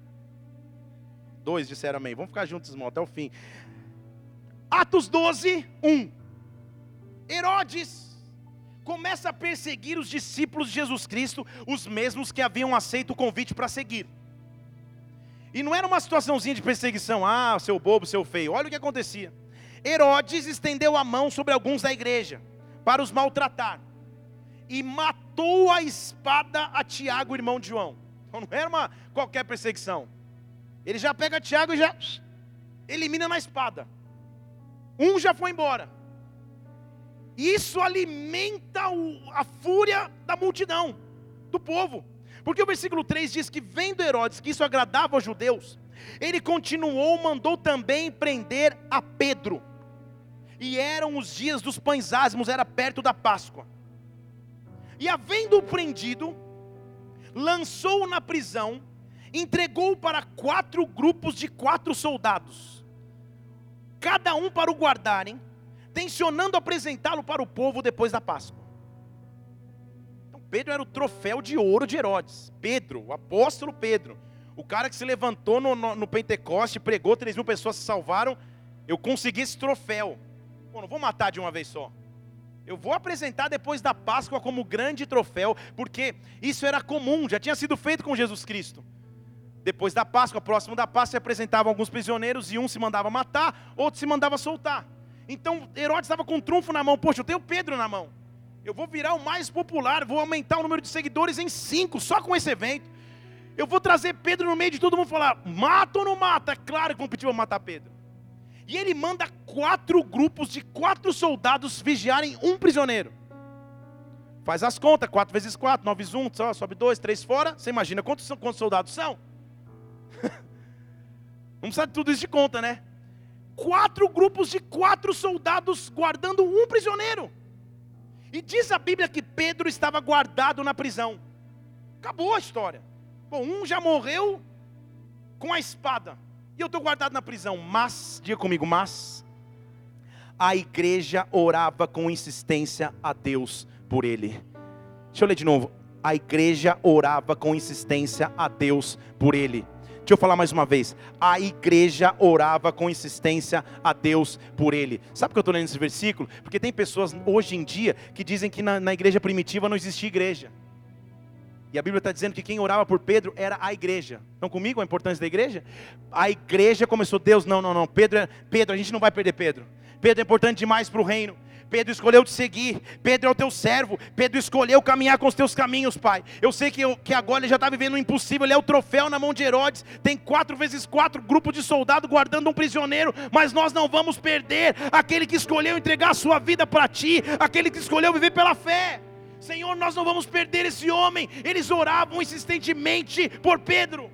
Dois disseram amém, vamos ficar juntos, irmão, até o fim. Atos doze, um. Herodes começa a perseguir os discípulos de Jesus Cristo, os mesmos que haviam aceito o convite para seguir. E não era uma situaçãozinha de perseguição, ah, seu bobo, seu feio. Olha o que acontecia. Herodes estendeu a mão sobre alguns da igreja, para os maltratar, e matou a espada a Tiago, irmão de João. Então não era uma qualquer perseguição. Ele já pega Tiago e já elimina na espada. Um já foi embora. Isso alimenta o, a fúria da multidão, do povo. Porque o versículo três diz que, vendo Herodes que isso agradava aos judeus, ele continuou, mandou também prender a Pedro. E eram os dias dos pães ázimos, era perto da Páscoa. E havendo-o prendido, lançou-o na prisão, entregou-o para quatro grupos de quatro soldados, cada um para o guardarem, tencionando apresentá-lo para o povo depois da Páscoa. Então Pedro era o troféu de ouro de Herodes. Pedro, o apóstolo Pedro, o cara que se levantou no, no, no Pentecoste, pregou, três mil pessoas se salvaram. Eu consegui esse troféu. Pô, não vou matar de uma vez só. Eu vou apresentar depois da Páscoa como grande troféu, porque isso era comum, já tinha sido feito com Jesus Cristo. Depois da Páscoa, próximo da Páscoa, se apresentavam alguns prisioneiros, e um se mandava matar, outro se mandava soltar. Então Herodes estava com um trunfo na mão. Poxa, eu tenho Pedro na mão, eu vou virar o mais popular, vou aumentar o número de seguidores em cinco, só com esse evento. Eu vou trazer Pedro no meio de todo mundo e falar, mata ou não mata? É claro que vão pedir para matar Pedro. E ele manda quatro grupos de quatro soldados vigiarem um prisioneiro. Faz as contas, quatro vezes quatro, nove vezes um, só, sobe dois, três fora. Você imagina quantos, quantos soldados são? Não precisa de tudo isso de conta, né? Quatro grupos de quatro soldados guardando um prisioneiro. E diz a Bíblia que Pedro estava guardado na prisão. Acabou a história. Bom, um já morreu com a espada, e eu estou guardado na prisão. Mas, diga comigo, mas a igreja orava com insistência a Deus por ele. Deixa eu ler de novo. A igreja orava com insistência a Deus por ele. Deixa eu falar mais uma vez. A igreja orava com insistência a Deus por ele. Sabe por que eu estou lendo esse versículo? Porque tem pessoas hoje em dia que dizem que na, na igreja primitiva não existia igreja. E a Bíblia está dizendo que quem orava por Pedro era a igreja. Estão comigo a importância da igreja? A igreja começou, Deus, não, não, não. Pedro, é, Pedro, a gente não vai perder Pedro. Pedro é importante demais para o reino. Pedro escolheu te seguir, Pedro é o teu servo, Pedro escolheu caminhar com os teus caminhos, Pai. Eu sei que, eu, que agora ele já está vivendo o impossível, ele é o troféu na mão de Herodes, tem quatro vezes quatro grupos de soldados guardando um prisioneiro, mas nós não vamos perder aquele que escolheu entregar a sua vida para ti, aquele que escolheu viver pela fé. Senhor, nós não vamos perder esse homem. Eles oravam insistentemente por Pedro.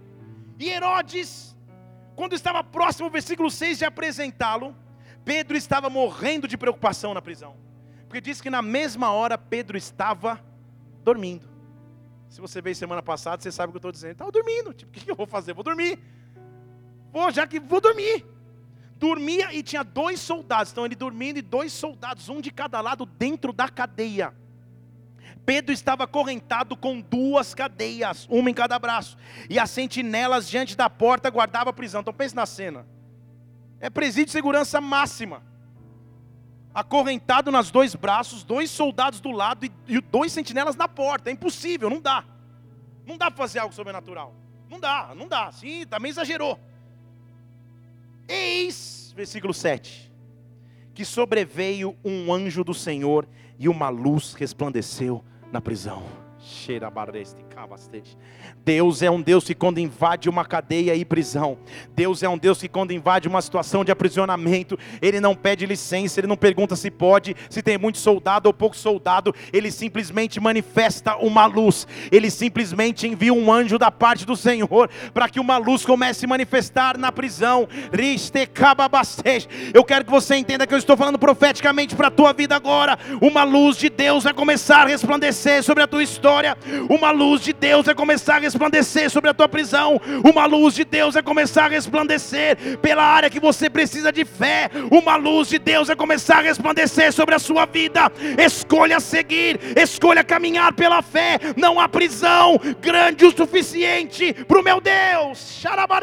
E Herodes, quando estava próximo ao versículo seis de apresentá-lo, Pedro estava morrendo de preocupação na prisão, porque diz que na mesma hora Pedro estava dormindo. Se você veio semana passada, você sabe o que eu estou dizendo. Estava dormindo, tipo, o que eu vou fazer? Vou dormir. Vou, já que vou dormir. Dormia e tinha dois soldados, então ele dormindo e dois soldados, um de cada lado dentro da cadeia. Pedro estava acorrentado com duas cadeias, uma em cada braço, e as sentinelas diante da porta guardavam a prisão. Então pense na cena. É presídio de segurança máxima. Acorrentado nas dois braços, dois soldados do lado e, e dois sentinelas na porta. É impossível, não dá. Não dá para fazer algo sobrenatural. Não dá, não dá. Sim, também exagerou. Eis diz, versículo sete, que sobreveio um anjo do Senhor e uma luz resplandeceu na prisão. Deus é um Deus que quando invade uma cadeia e prisão, Deus é um Deus que quando invade uma situação de aprisionamento, Ele não pede licença, Ele não pergunta se pode, se tem muito soldado ou pouco soldado, Ele simplesmente manifesta uma luz, Ele simplesmente envia um anjo da parte do Senhor, para que uma luz comece a se manifestar na prisão. Eu quero que você entenda que eu estou falando profeticamente para a tua vida agora. Uma luz de Deus vai começar a resplandecer sobre a tua história. Uma luz de Deus vai começar a resplandecer sobre a tua prisão. Uma luz de Deus vai começar a resplandecer pela área que você precisa de fé. Uma luz de Deus vai começar a resplandecer sobre a sua vida. Escolha seguir, escolha caminhar pela fé. Não há prisão grande o suficiente para o meu Deus.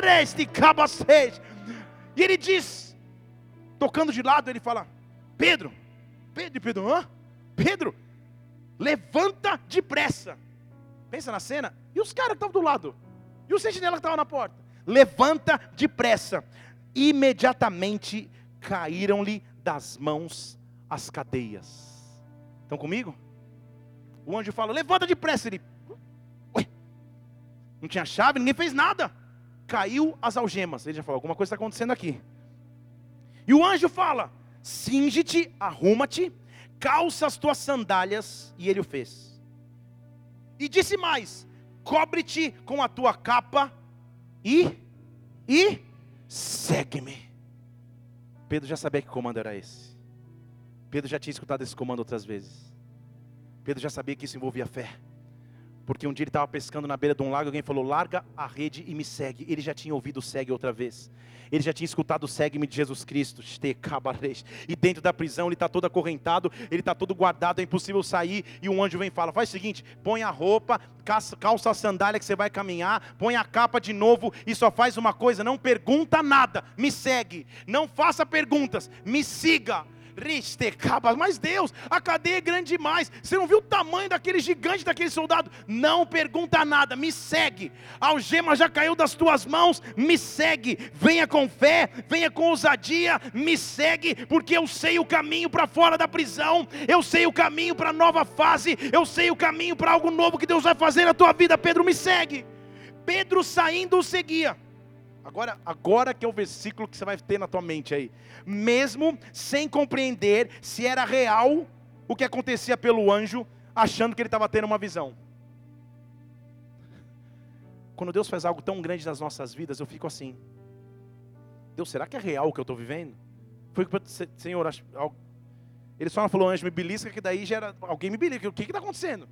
E ele diz, tocando de lado, ele fala: Pedro, Pedro, Pedro, hã? Pedro, levanta depressa. Pensa na cena. E os caras que estavam do lado? E o sentinela que estava na porta? Levanta depressa. Imediatamente caíram-lhe das mãos as cadeias. Estão comigo? O anjo fala: levanta depressa. Ele, ué, não tinha chave, ninguém fez nada. Caiu as algemas. Ele já falou: alguma coisa está acontecendo aqui. E o anjo fala: cinge-te, arruma-te, calça as tuas sandálias. E ele o fez. E disse mais: cobre-te com a tua capa e, e segue-me. Pedro já sabia que comando era esse. Pedro já tinha escutado esse comando outras vezes. Pedro já sabia que isso envolvia fé. Porque um dia ele estava pescando na beira de um lago, alguém falou: larga a rede e me segue. Ele já tinha ouvido o segue outra vez. Ele já tinha escutado o segue-me de Jesus Cristo. E dentro da prisão ele está todo acorrentado, ele está todo guardado, é impossível sair. E um anjo vem e fala: faz o seguinte, põe a roupa, calça a sandália que você vai caminhar, põe a capa de novo e só faz uma coisa: não pergunta nada, me segue. Não faça perguntas, me siga. Mas Deus, a cadeia é grande demais. Você não viu o tamanho daquele gigante, daquele soldado? Não pergunta nada, me segue. A algema já caiu das tuas mãos, me segue. Venha com fé, venha com ousadia, me segue. Porque eu sei o caminho para fora da prisão. Eu sei o caminho para a nova fase. Eu sei o caminho para algo novo que Deus vai fazer na tua vida. Pedro, me segue. Pedro saindo o seguia. Agora, agora que é o versículo que você vai ter na tua mente aí. Mesmo sem compreender se era real o que acontecia pelo anjo, achando que ele estava tendo uma visão. Quando Deus faz algo tão grande nas nossas vidas, eu fico assim: Deus, será que é real o que eu estou vivendo? Foi que, Senhor, ele só não falou: anjo, me belisca, que daí já era, alguém me belisca. O que está acontecendo?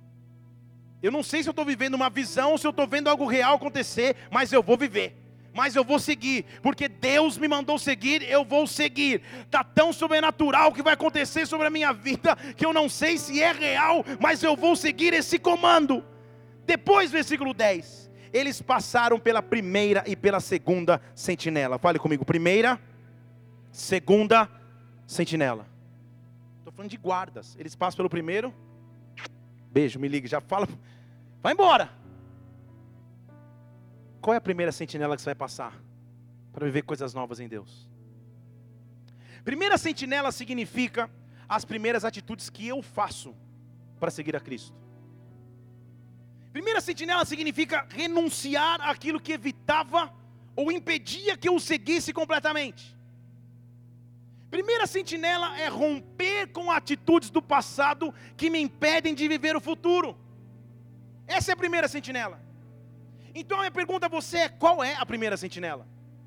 Eu não sei se eu estou vivendo uma visão, se eu estou vendo algo real acontecer, mas eu vou viver. Mas eu vou seguir, porque Deus me mandou seguir, eu vou seguir. Está tão sobrenatural o que vai acontecer sobre a minha vida, que eu não sei se é real, mas eu vou seguir esse comando. Depois, versículo dez, eles passaram pela primeira e pela segunda sentinela. Fale comigo: primeira, segunda sentinela. Estou falando de guardas. Eles passam pelo primeiro, beijo, me liga, já fala, vai embora. Qual é a primeira sentinela que você vai passar para viver coisas novas em Deus? Primeira sentinela significa as primeiras atitudes que eu faço para seguir a Cristo. Primeira sentinela significa renunciar àquilo que evitava ou impedia que eu o seguisse completamente. Primeira sentinela é romper com atitudes do passado que me impedem de viver o futuro. Essa é a primeira sentinela. Então a minha pergunta a você é: qual é a primeira sentinela?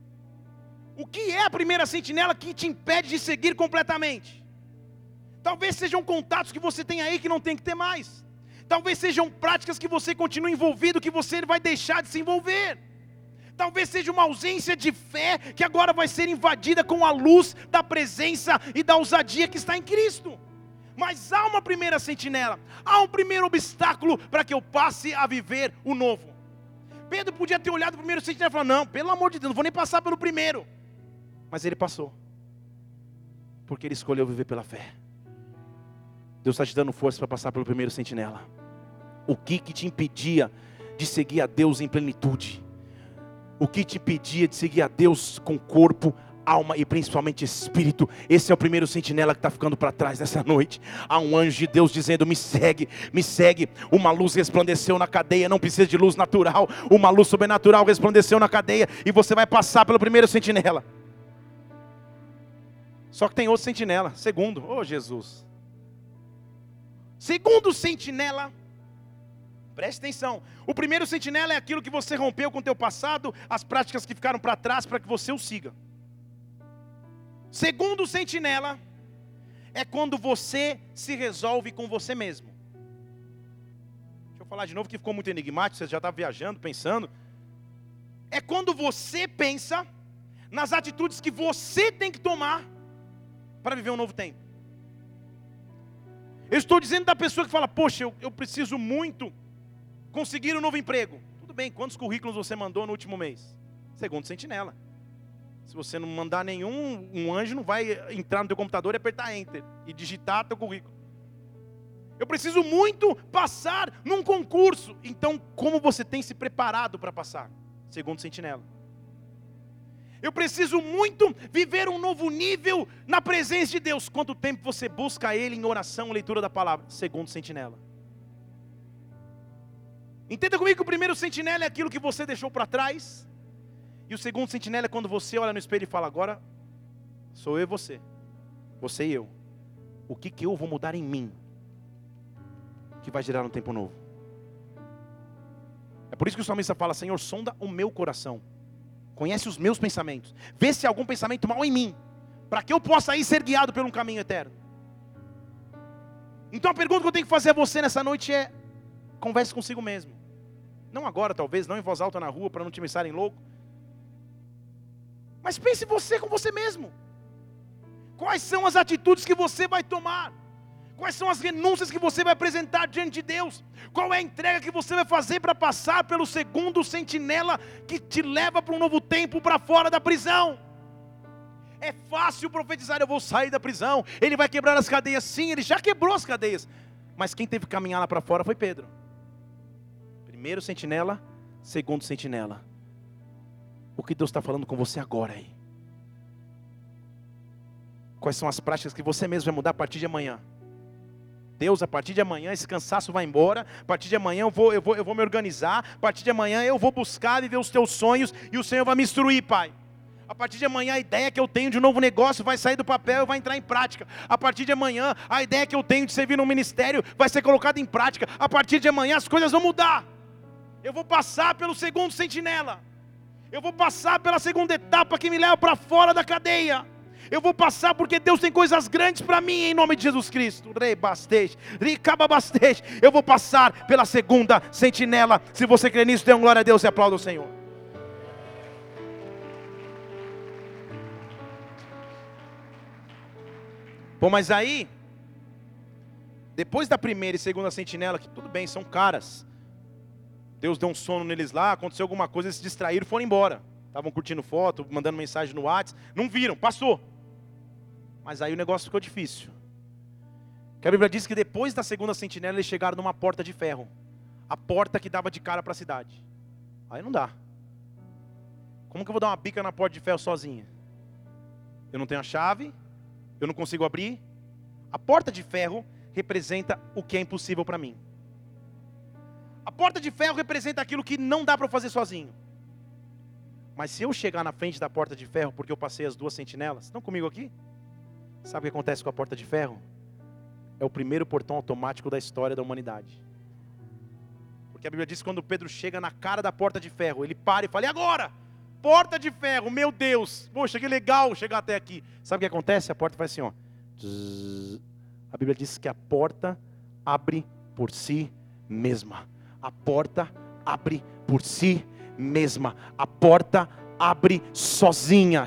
O que é a primeira sentinela que te impede de seguir completamente? Talvez sejam contatos que você tem aí que não tem que ter mais. Talvez sejam práticas que você continua envolvido, que você vai deixar de se envolver. Talvez seja uma ausência de fé que agora vai ser invadida com a luz da presença e da ousadia que está em Cristo. Mas há uma primeira sentinela, há um primeiro obstáculo para que eu passe a viver o novo. Pedro podia ter olhado o primeiro sentinela e falar: não, pelo amor de Deus, não vou nem passar pelo primeiro. Mas ele passou, porque ele escolheu viver pela fé. Deus está te dando força para passar pelo primeiro sentinela. O que que te impedia de seguir a Deus em plenitude? O que te impedia de seguir a Deus com corpo, alma e principalmente espírito. Esse é o primeiro sentinela que está ficando para trás nessa noite. Há um anjo de Deus dizendo: me segue, me segue. Uma luz resplandeceu na cadeia, não precisa de luz natural, uma luz sobrenatural resplandeceu na cadeia, e você vai passar pelo primeiro sentinela. Só que tem outro sentinela, segundo, oh Jesus. Segundo sentinela, preste atenção. O primeiro sentinela é aquilo que você rompeu com o teu passado, as práticas que ficaram para trás para que você o siga. Segundo sentinela é quando você se resolve com você mesmo. Deixa eu falar de novo que ficou muito enigmático, você já está viajando, pensando. É quando você pensa nas atitudes que você tem que tomar para viver um novo tempo. Eu estou dizendo da pessoa que fala: poxa, eu, eu preciso muito conseguir um novo emprego. Tudo bem, quantos currículos você mandou no último mês? Segundo sentinela. Se você não mandar nenhum, um anjo não vai entrar no teu computador e apertar Enter e digitar teu currículo. Eu preciso muito passar num concurso. Então, como você tem se preparado para passar? Segundo sentinela. Eu preciso muito viver um novo nível na presença de Deus. Quanto tempo você busca Ele em oração, leitura da palavra? Segundo sentinela. Entenda comigo que o primeiro sentinela é aquilo que você deixou para trás. E o segundo sentinela é quando você olha no espelho e fala: agora sou eu e você. Você e eu. O que, que eu vou mudar em mim que vai gerar um tempo novo? É por isso que o salmista fala: Senhor, sonda o meu coração. Conhece os meus pensamentos. Vê se há algum pensamento mal em mim, para que eu possa ir ser guiado por um caminho eterno. Então a pergunta que eu tenho que fazer a você nessa noite é: converse consigo mesmo. Não agora talvez, não em voz alta na rua para não te pensarem louco. Mas pense você com você mesmo. Quais são as atitudes que você vai tomar? Quais são as renúncias que você vai apresentar diante de Deus? Qual é a entrega que você vai fazer para passar pelo segundo sentinela que te leva para um novo tempo, para fora da prisão? É fácil profetizar: eu vou sair da prisão, ele vai quebrar as cadeias. Sim, ele já quebrou as cadeias. Mas quem teve que caminhar lá para fora foi Pedro. Primeiro sentinela, segundo sentinela. O que Deus está falando com você agora aí? Quais são as práticas que você mesmo vai mudar a partir de amanhã? Deus, a partir de amanhã esse cansaço vai embora. A partir de amanhã eu vou, eu vou, eu vou me organizar. A partir de amanhã eu vou buscar viver os teus sonhos, e o Senhor vai me instruir, Pai. A partir de amanhã a ideia que eu tenho de um novo negócio vai sair do papel e vai entrar em prática. A partir de amanhã a ideia que eu tenho de servir no ministério vai ser colocada em prática. A partir de amanhã as coisas vão mudar. Eu vou passar pelo segundo sentinela. Eu vou passar pela segunda etapa que me leva para fora da cadeia. Eu vou passar porque Deus tem coisas grandes para mim, em nome de Jesus Cristo. Eu vou passar pela segunda sentinela. Se você crê nisso, dê uma glória a Deus e aplauda o Senhor. Bom, mas aí, depois da primeira e segunda sentinela, que tudo bem, são caras. Deus deu um sono neles lá, aconteceu alguma coisa, eles se distraíram e foram embora. Estavam curtindo foto, mandando mensagem no WhatsApp, não viram, passou. Mas aí o negócio ficou difícil. Que a Bíblia diz que depois da segunda sentinela eles chegaram numa porta de ferro. A porta que dava de cara para a cidade. Aí não dá. Como que eu vou dar uma bica na porta de ferro sozinha? Eu não tenho a chave, eu não consigo abrir. A porta de ferro representa o que é impossível para mim. A porta de ferro representa aquilo que não dá para eu fazer sozinho. Mas se eu chegar na frente da porta de ferro, porque eu passei as duas sentinelas, estão comigo aqui? Sabe o que acontece com a porta de ferro? É o primeiro portão automático da história da humanidade. Porque a Bíblia diz que quando Pedro chega na cara da porta de ferro, ele para e fala: e agora? Porta de ferro, meu Deus, poxa, que legal chegar até aqui. Sabe o que acontece? A porta faz assim, ó. A Bíblia diz que a porta abre por si mesma. A porta abre por si mesma. A porta abre sozinha.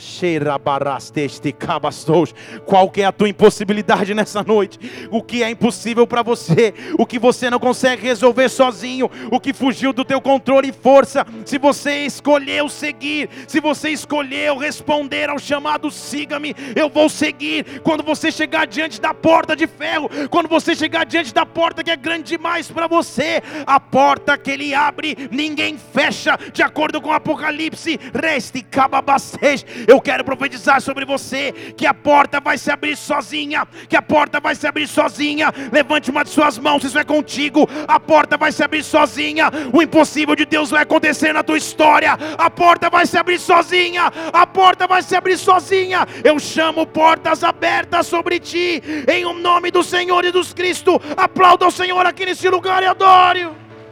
Qual que é a tua impossibilidade nessa noite? O que é impossível para você? O que você não consegue resolver sozinho? O que fugiu do teu controle e força? Se você escolheu seguir, se você escolheu responder ao chamado siga-me, eu vou seguir. Quando você chegar diante da porta de ferro, quando você chegar diante da porta que é grande demais para você, a porta que ele abre, ninguém fecha, de acordo com Apocalipse Eu quero profetizar sobre você que a porta vai se abrir sozinha, que a porta vai se abrir sozinha. Levante uma de suas mãos, isso é contigo. A porta vai se abrir sozinha. O impossível de Deus vai acontecer na tua história. A porta vai se abrir sozinha. A porta vai se abrir sozinha. Eu chamo portas abertas sobre ti, em nome do Senhor Jesus Cristo. Aplauda o Senhor aqui nesse lugar e adore.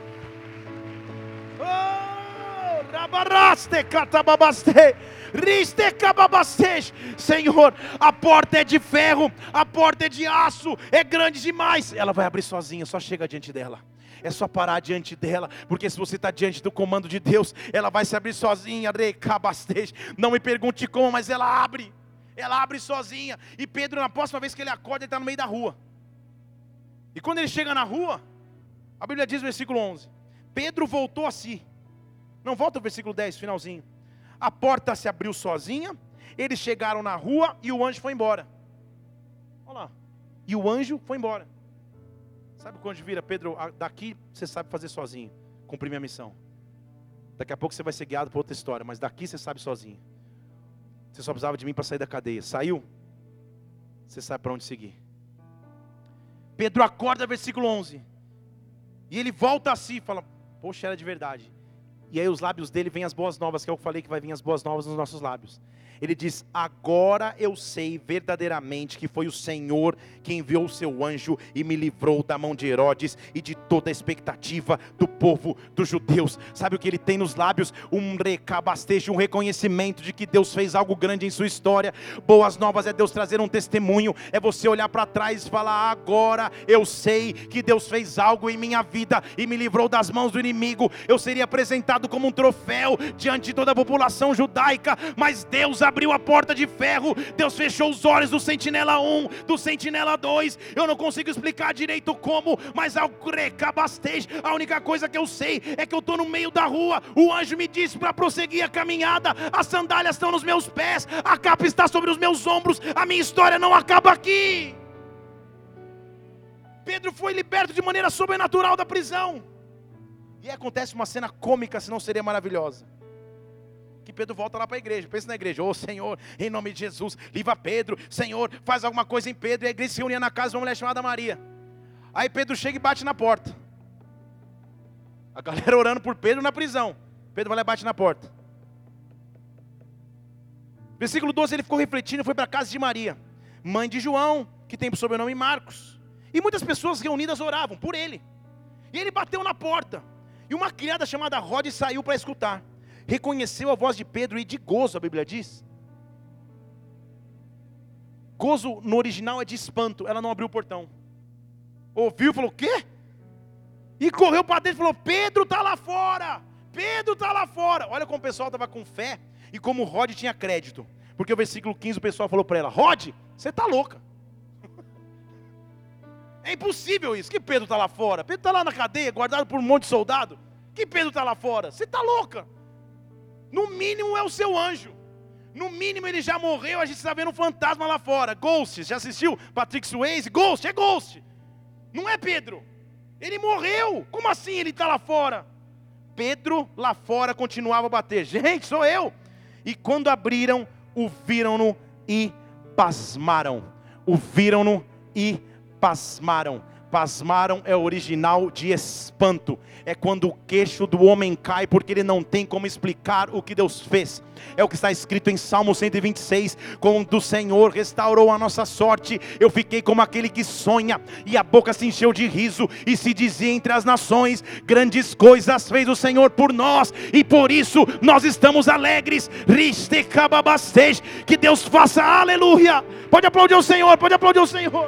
Senhor, a porta é de ferro, a porta é de aço, é grande demais. Ela vai abrir sozinha, só chega diante dela. É só parar diante dela, porque se você está diante do comando de Deus, ela vai se abrir sozinha. Não me pergunte como, mas ela abre. Ela abre sozinha. E Pedro, na próxima vez que ele acorda, ele está no meio da rua. E quando ele chega na rua, a Bíblia diz no versículo onze: Pedro voltou a si. Não, volta o versículo dez, finalzinho. A porta se abriu sozinha, eles chegaram na rua e o anjo foi embora. Olha lá. E o anjo foi embora. Sabe quando vira: Pedro, daqui você sabe fazer sozinho, cumprir minha missão. Daqui a pouco você vai ser guiado para outra história, mas daqui você sabe sozinho. Você só precisava de mim para sair da cadeia. Saiu? Você sabe para onde seguir. Pedro acorda, versículo onze. E ele volta a si e fala: poxa, era de verdade. E aí os lábios dele vêm as boas novas, que é o que eu falei que vai vir as boas novas nos nossos lábios. Ele diz: agora eu sei verdadeiramente que foi o Senhor que enviou o seu anjo e me livrou da mão de Herodes e de toda a expectativa do povo dos judeus. Sabe o que ele tem nos lábios? Um recabastejo, um reconhecimento de que Deus fez algo grande em sua história. Boas novas é Deus trazer um testemunho, é você olhar para trás e falar: agora eu sei que Deus fez algo em minha vida e me livrou das mãos do inimigo. Eu seria apresentado como um troféu diante de toda a população judaica, mas Deus abriu a porta de ferro. Deus fechou os olhos do sentinela um, do sentinela dois. Eu não consigo explicar direito como, mas ao recabastej, a única coisa que eu sei é que eu estou no meio da rua. O anjo me disse para prosseguir a caminhada. As sandálias estão nos meus pés, a capa está sobre os meus ombros. A minha história não acaba aqui. Pedro foi liberto de maneira sobrenatural da prisão. E aí acontece uma cena cômica, senão seria maravilhosa. Que Pedro volta lá para a igreja. Pensa na igreja: ô oh, Senhor, em nome de Jesus, livra Pedro. Senhor, faz alguma coisa em Pedro. E a igreja se reunia na casa de uma mulher chamada Maria. Aí Pedro chega e bate na porta. A galera orando por Pedro na prisão. Pedro vai lá e bate na porta. Versículo doze, ele ficou refletindo e foi para a casa de Maria, mãe de João, que tem por sobrenome Marcos. E muitas pessoas reunidas oravam por ele. E ele bateu na porta. E uma criada chamada Rode saiu para escutar. Reconheceu a voz de Pedro e de gozo, a Bíblia diz. Gozo no original é de espanto. Ela não abriu o portão. Ouviu e falou: o quê? E correu para dentro e falou: Pedro está lá fora. Pedro está lá fora. Olha como o pessoal estava com fé e como o Rode tinha crédito. Porque o versículo quinze o pessoal falou para ela: Rode, você está louca. É impossível isso. Que Pedro está lá fora? Pedro está lá na cadeia, guardado por um monte de soldado. Que Pedro está lá fora? Você está louca. No mínimo é o seu anjo. No mínimo ele já morreu, a gente está vendo um fantasma lá fora. Ghost, já assistiu? Patrick Swayze? Ghost, é Ghost. Não é Pedro. Ele morreu. Como assim ele está lá fora? Pedro lá fora continuava a bater. Gente, sou eu. E quando abriram, o viram-no e pasmaram. O viram-no e pasmaram. Pasmaram é o original de espanto. É quando o queixo do homem cai, porque ele não tem como explicar o que Deus fez. É o que está escrito em Salmo cento e vinte e seis. Quando o Senhor restaurou a nossa sorte, eu fiquei como aquele que sonha, e a boca se encheu de riso, e se dizia entre as nações: grandes coisas fez o Senhor por nós, e por isso nós estamos alegres. Que Deus faça, aleluia. Pode aplaudir o Senhor, pode aplaudir o Senhor.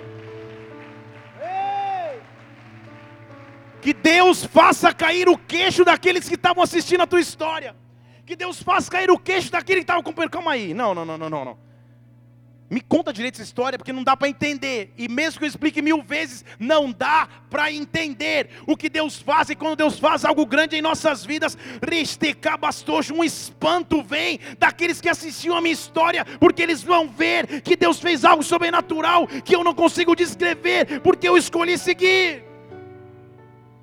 Que Deus faça cair o queixo daqueles que estavam assistindo a tua história. Que Deus faça cair o queixo daquele que estava com... Calma aí, não, não, não, não, não. Me conta direito essa história, porque não dá para entender. E mesmo que eu explique mil vezes, não dá para entender o que Deus faz. E quando Deus faz algo grande em nossas vidas, um espanto vem daqueles que assistiam a minha história, porque eles vão ver que Deus fez algo sobrenatural, que eu não consigo descrever, porque eu escolhi seguir.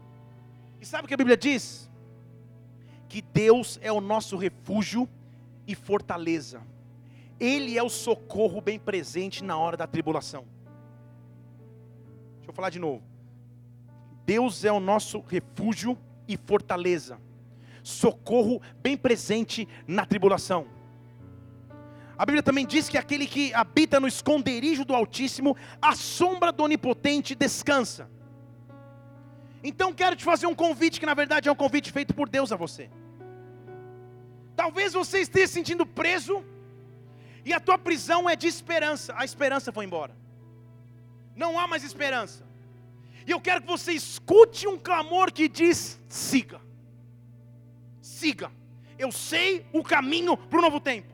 E sabe o que a Bíblia diz? Que Deus é o nosso refúgio e fortaleza. Ele é o socorro bem presente na hora da tribulação. Deixa eu falar de novo. Deus é o nosso refúgio e fortaleza, socorro bem presente na tribulação. A Bíblia também diz que aquele que habita no esconderijo do Altíssimo, à sombra do Onipotente descansa. Então quero te fazer um convite, que na verdade é um convite feito por Deus a você. Talvez você esteja se sentindo preso, e a tua prisão é de esperança. A esperança foi embora, não há mais esperança. E eu quero que você escute um clamor que diz: siga, siga, eu sei o caminho para o novo tempo.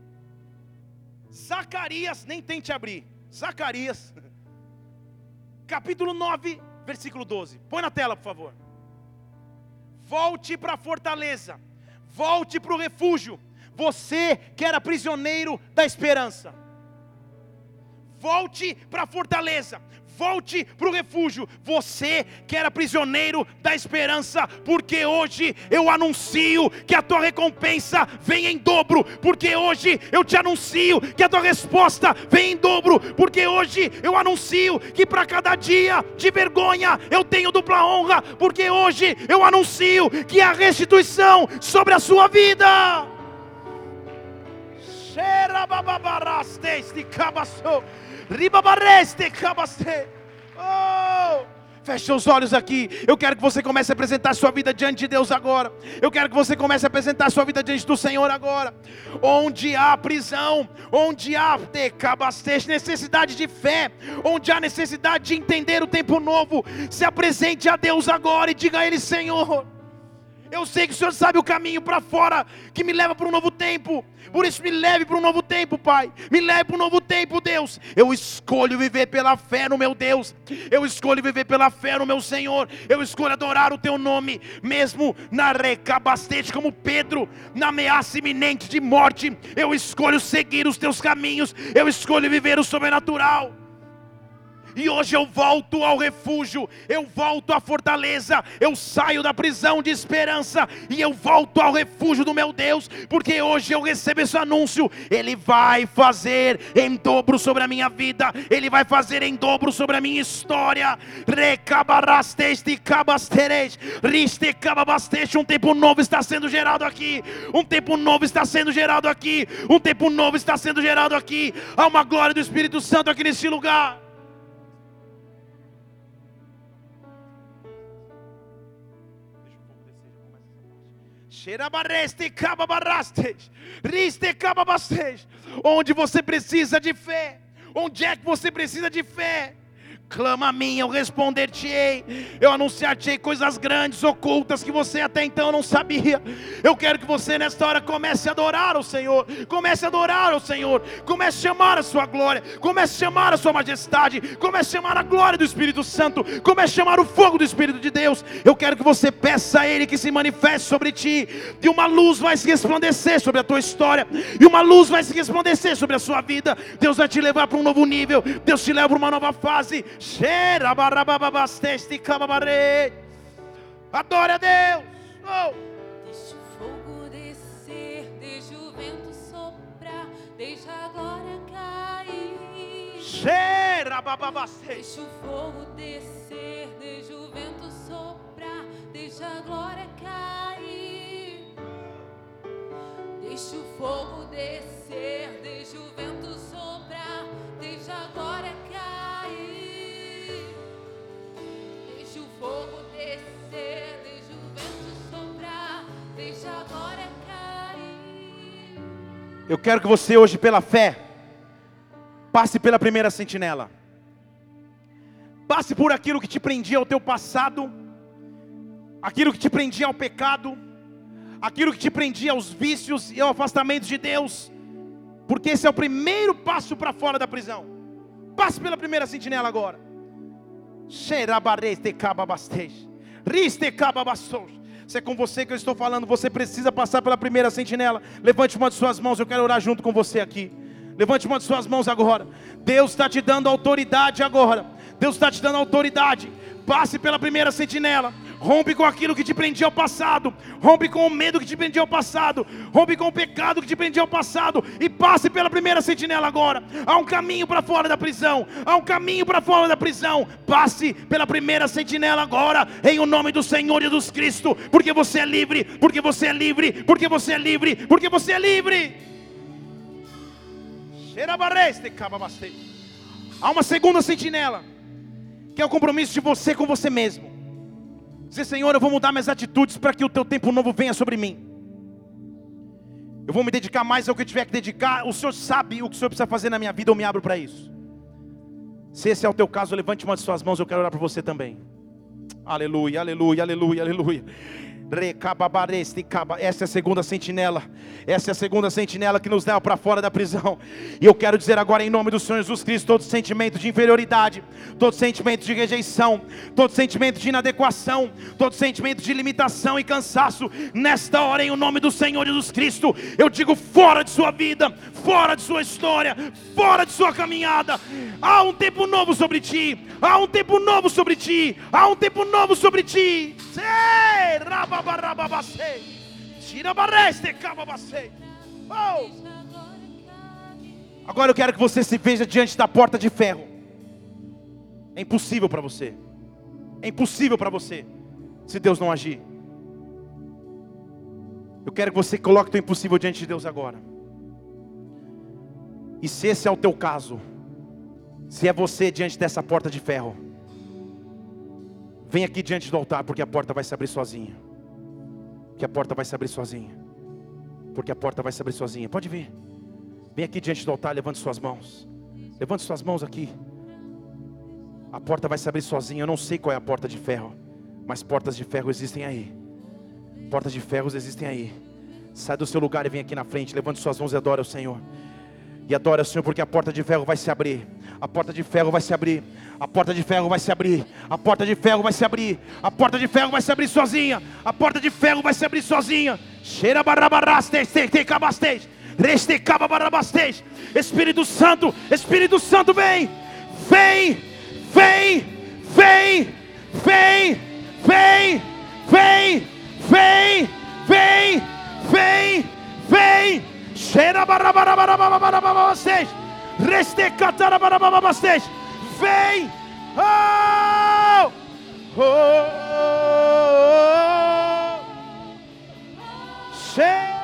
Zacarias, nem tente abrir, Zacarias, capítulo nove, versículo doze, põe na tela por favor. Volte para a fortaleza, volte para o refúgio, você que era prisioneiro da esperança. Volte para a fortaleza, volte para o refúgio, você que era prisioneiro da esperança, porque hoje eu anuncio que a tua recompensa vem em dobro, porque hoje eu te anuncio que a tua resposta vem em dobro, porque hoje eu anuncio que para cada dia de vergonha eu tenho dupla honra, porque hoje eu anuncio que há restituição sobre a sua vida. Oh, feche os olhos aqui. Eu quero que você comece a apresentar sua vida diante de Deus agora. Eu quero que você comece a apresentar sua vida diante do Senhor agora. Onde há prisão, onde há necessidade de fé, onde há necessidade de entender o tempo novo, se apresente a Deus agora e diga a Ele: Senhor, eu sei que o Senhor sabe o caminho para fora, que me leva para um novo tempo. Por isso me leve para um novo tempo, Pai. Me leve para um novo tempo, Deus. Eu escolho viver pela fé no meu Deus. Eu escolho viver pela fé no meu Senhor. Eu escolho adorar o Teu nome, mesmo na recabastete, como Pedro, na ameaça iminente de morte. Eu escolho seguir os Teus caminhos. Eu escolho viver o sobrenatural. E hoje eu volto ao refúgio, eu volto à fortaleza, eu saio da prisão de esperança e eu volto ao refúgio do meu Deus, porque hoje eu recebo esse anúncio: Ele vai fazer em dobro sobre a minha vida, Ele vai fazer em dobro sobre a minha história. Um tempo novo está sendo gerado aqui, um tempo novo está sendo gerado aqui, um tempo novo está sendo gerado aqui. Há uma glória do Espírito Santo aqui nesse lugar. Onde você precisa de fé, onde é que você precisa de fé? Clama a mim, eu responder-te-ei, eu anunciar-te-ei coisas grandes, ocultas, que você até então não sabia. Eu quero que você nesta hora comece a adorar ao Senhor, comece a adorar ao Senhor, comece a chamar a sua glória, comece a chamar a sua majestade, comece a chamar a glória do Espírito Santo, comece a chamar o fogo do Espírito de Deus. Eu quero que você peça a Ele que se manifeste sobre ti, e uma luz vai se resplandecer sobre a tua história, e uma luz vai se resplandecer sobre a sua vida. Deus vai te levar para um novo nível, Deus te leva para uma nova fase. Adore a Deus. Oh. Deixa o fogo descer, deixa o vento soprar, deixa a glória cair. Deixa o fogo descer, deixa o vento soprar, deixa a glória cair. Deixa o fogo descer, deixa o vento soprar, deixa a glória cair. Deixa o fogo descer, deixa o vento soprar, deixa a glória cair. Eu quero que você hoje, pela fé, passe pela primeira sentinela. Passe por aquilo que te prendia ao teu passado, aquilo que te prendia ao pecado, aquilo que te prendia aos vícios e ao afastamento de Deus, porque esse é o primeiro passo para fora da prisão. Passe pela primeira sentinela agora. Se é com você que eu estou falando, você precisa passar pela primeira sentinela. Levante uma de suas mãos, eu quero orar junto com você aqui. Levante uma de suas mãos agora. Deus está te dando autoridade agora. Deus está te dando autoridade. Passe pela primeira sentinela. Rompe com aquilo que te prendia ao passado. Rompe com o medo que te prendia ao passado. Rompe com o pecado que te prendia ao passado. E passe pela primeira sentinela agora. Há um caminho para fora da prisão. Há um caminho para fora da prisão. Passe pela primeira sentinela agora, em o nome do Senhor Jesus Cristo. Porque você é livre. Porque você é livre. Porque você é livre. Porque você é livre. Há uma segunda sentinela, que é o compromisso de você com você mesmo. Dizer: Senhor, eu vou mudar minhas atitudes para que o teu tempo novo venha sobre mim. Eu vou me dedicar mais ao que eu tiver que dedicar. O Senhor sabe o que o Senhor precisa fazer na minha vida, eu me abro para isso. Se esse é o teu caso, levante uma de suas mãos, eu quero orar por você também. Aleluia, aleluia, aleluia, aleluia. Essa é a segunda sentinela. Essa é a segunda sentinela que nos leva para fora da prisão. E eu quero dizer agora, em nome do Senhor Jesus Cristo, todo sentimento de inferioridade, todo sentimento de rejeição, todo sentimento de inadequação, todo sentimento de limitação e cansaço, nesta hora, em nome do Senhor Jesus Cristo, eu digo: fora de sua vida, fora de sua história, fora de sua caminhada. Há um tempo novo sobre ti. Há um tempo novo sobre ti. Há um tempo novo sobre ti. Oh. Agora eu quero que você se veja diante da porta de ferro. É impossível para você. É impossível para você, se Deus não agir. Eu quero que você coloque o teu impossível diante de Deus agora. E se esse é o teu caso, se é você diante dessa porta de ferro, vem aqui diante do altar, porque a porta vai se abrir sozinha. Que a porta vai se abrir sozinha. Porque a porta vai se abrir sozinha. Pode vir. Vem aqui diante do altar, levante suas mãos. Levante suas mãos aqui. A porta vai se abrir sozinha. Eu não sei qual é a porta de ferro, mas portas de ferro existem aí. Portas de ferro existem aí. Sai do seu lugar e vem aqui na frente. Levante suas mãos e adore o Senhor. E adora o Senhor, porque a porta de ferro vai se abrir. A porta de ferro vai se abrir. A porta de ferro vai se abrir. A porta de ferro vai se abrir. A porta de ferro vai se abrir sozinha. A porta de ferro vai se abrir sozinha. Cheira barabaraste, te cabaste. Reste cababarabastej. Espírito Santo, Espírito Santo, vem. Vem, vem, vem, vem, vem, vem, vem, vem, vem, vem. Cheira barabarabarabastej. Reste catarabarabarabastej. Vem. Oh! Oh! Oh! Cheira.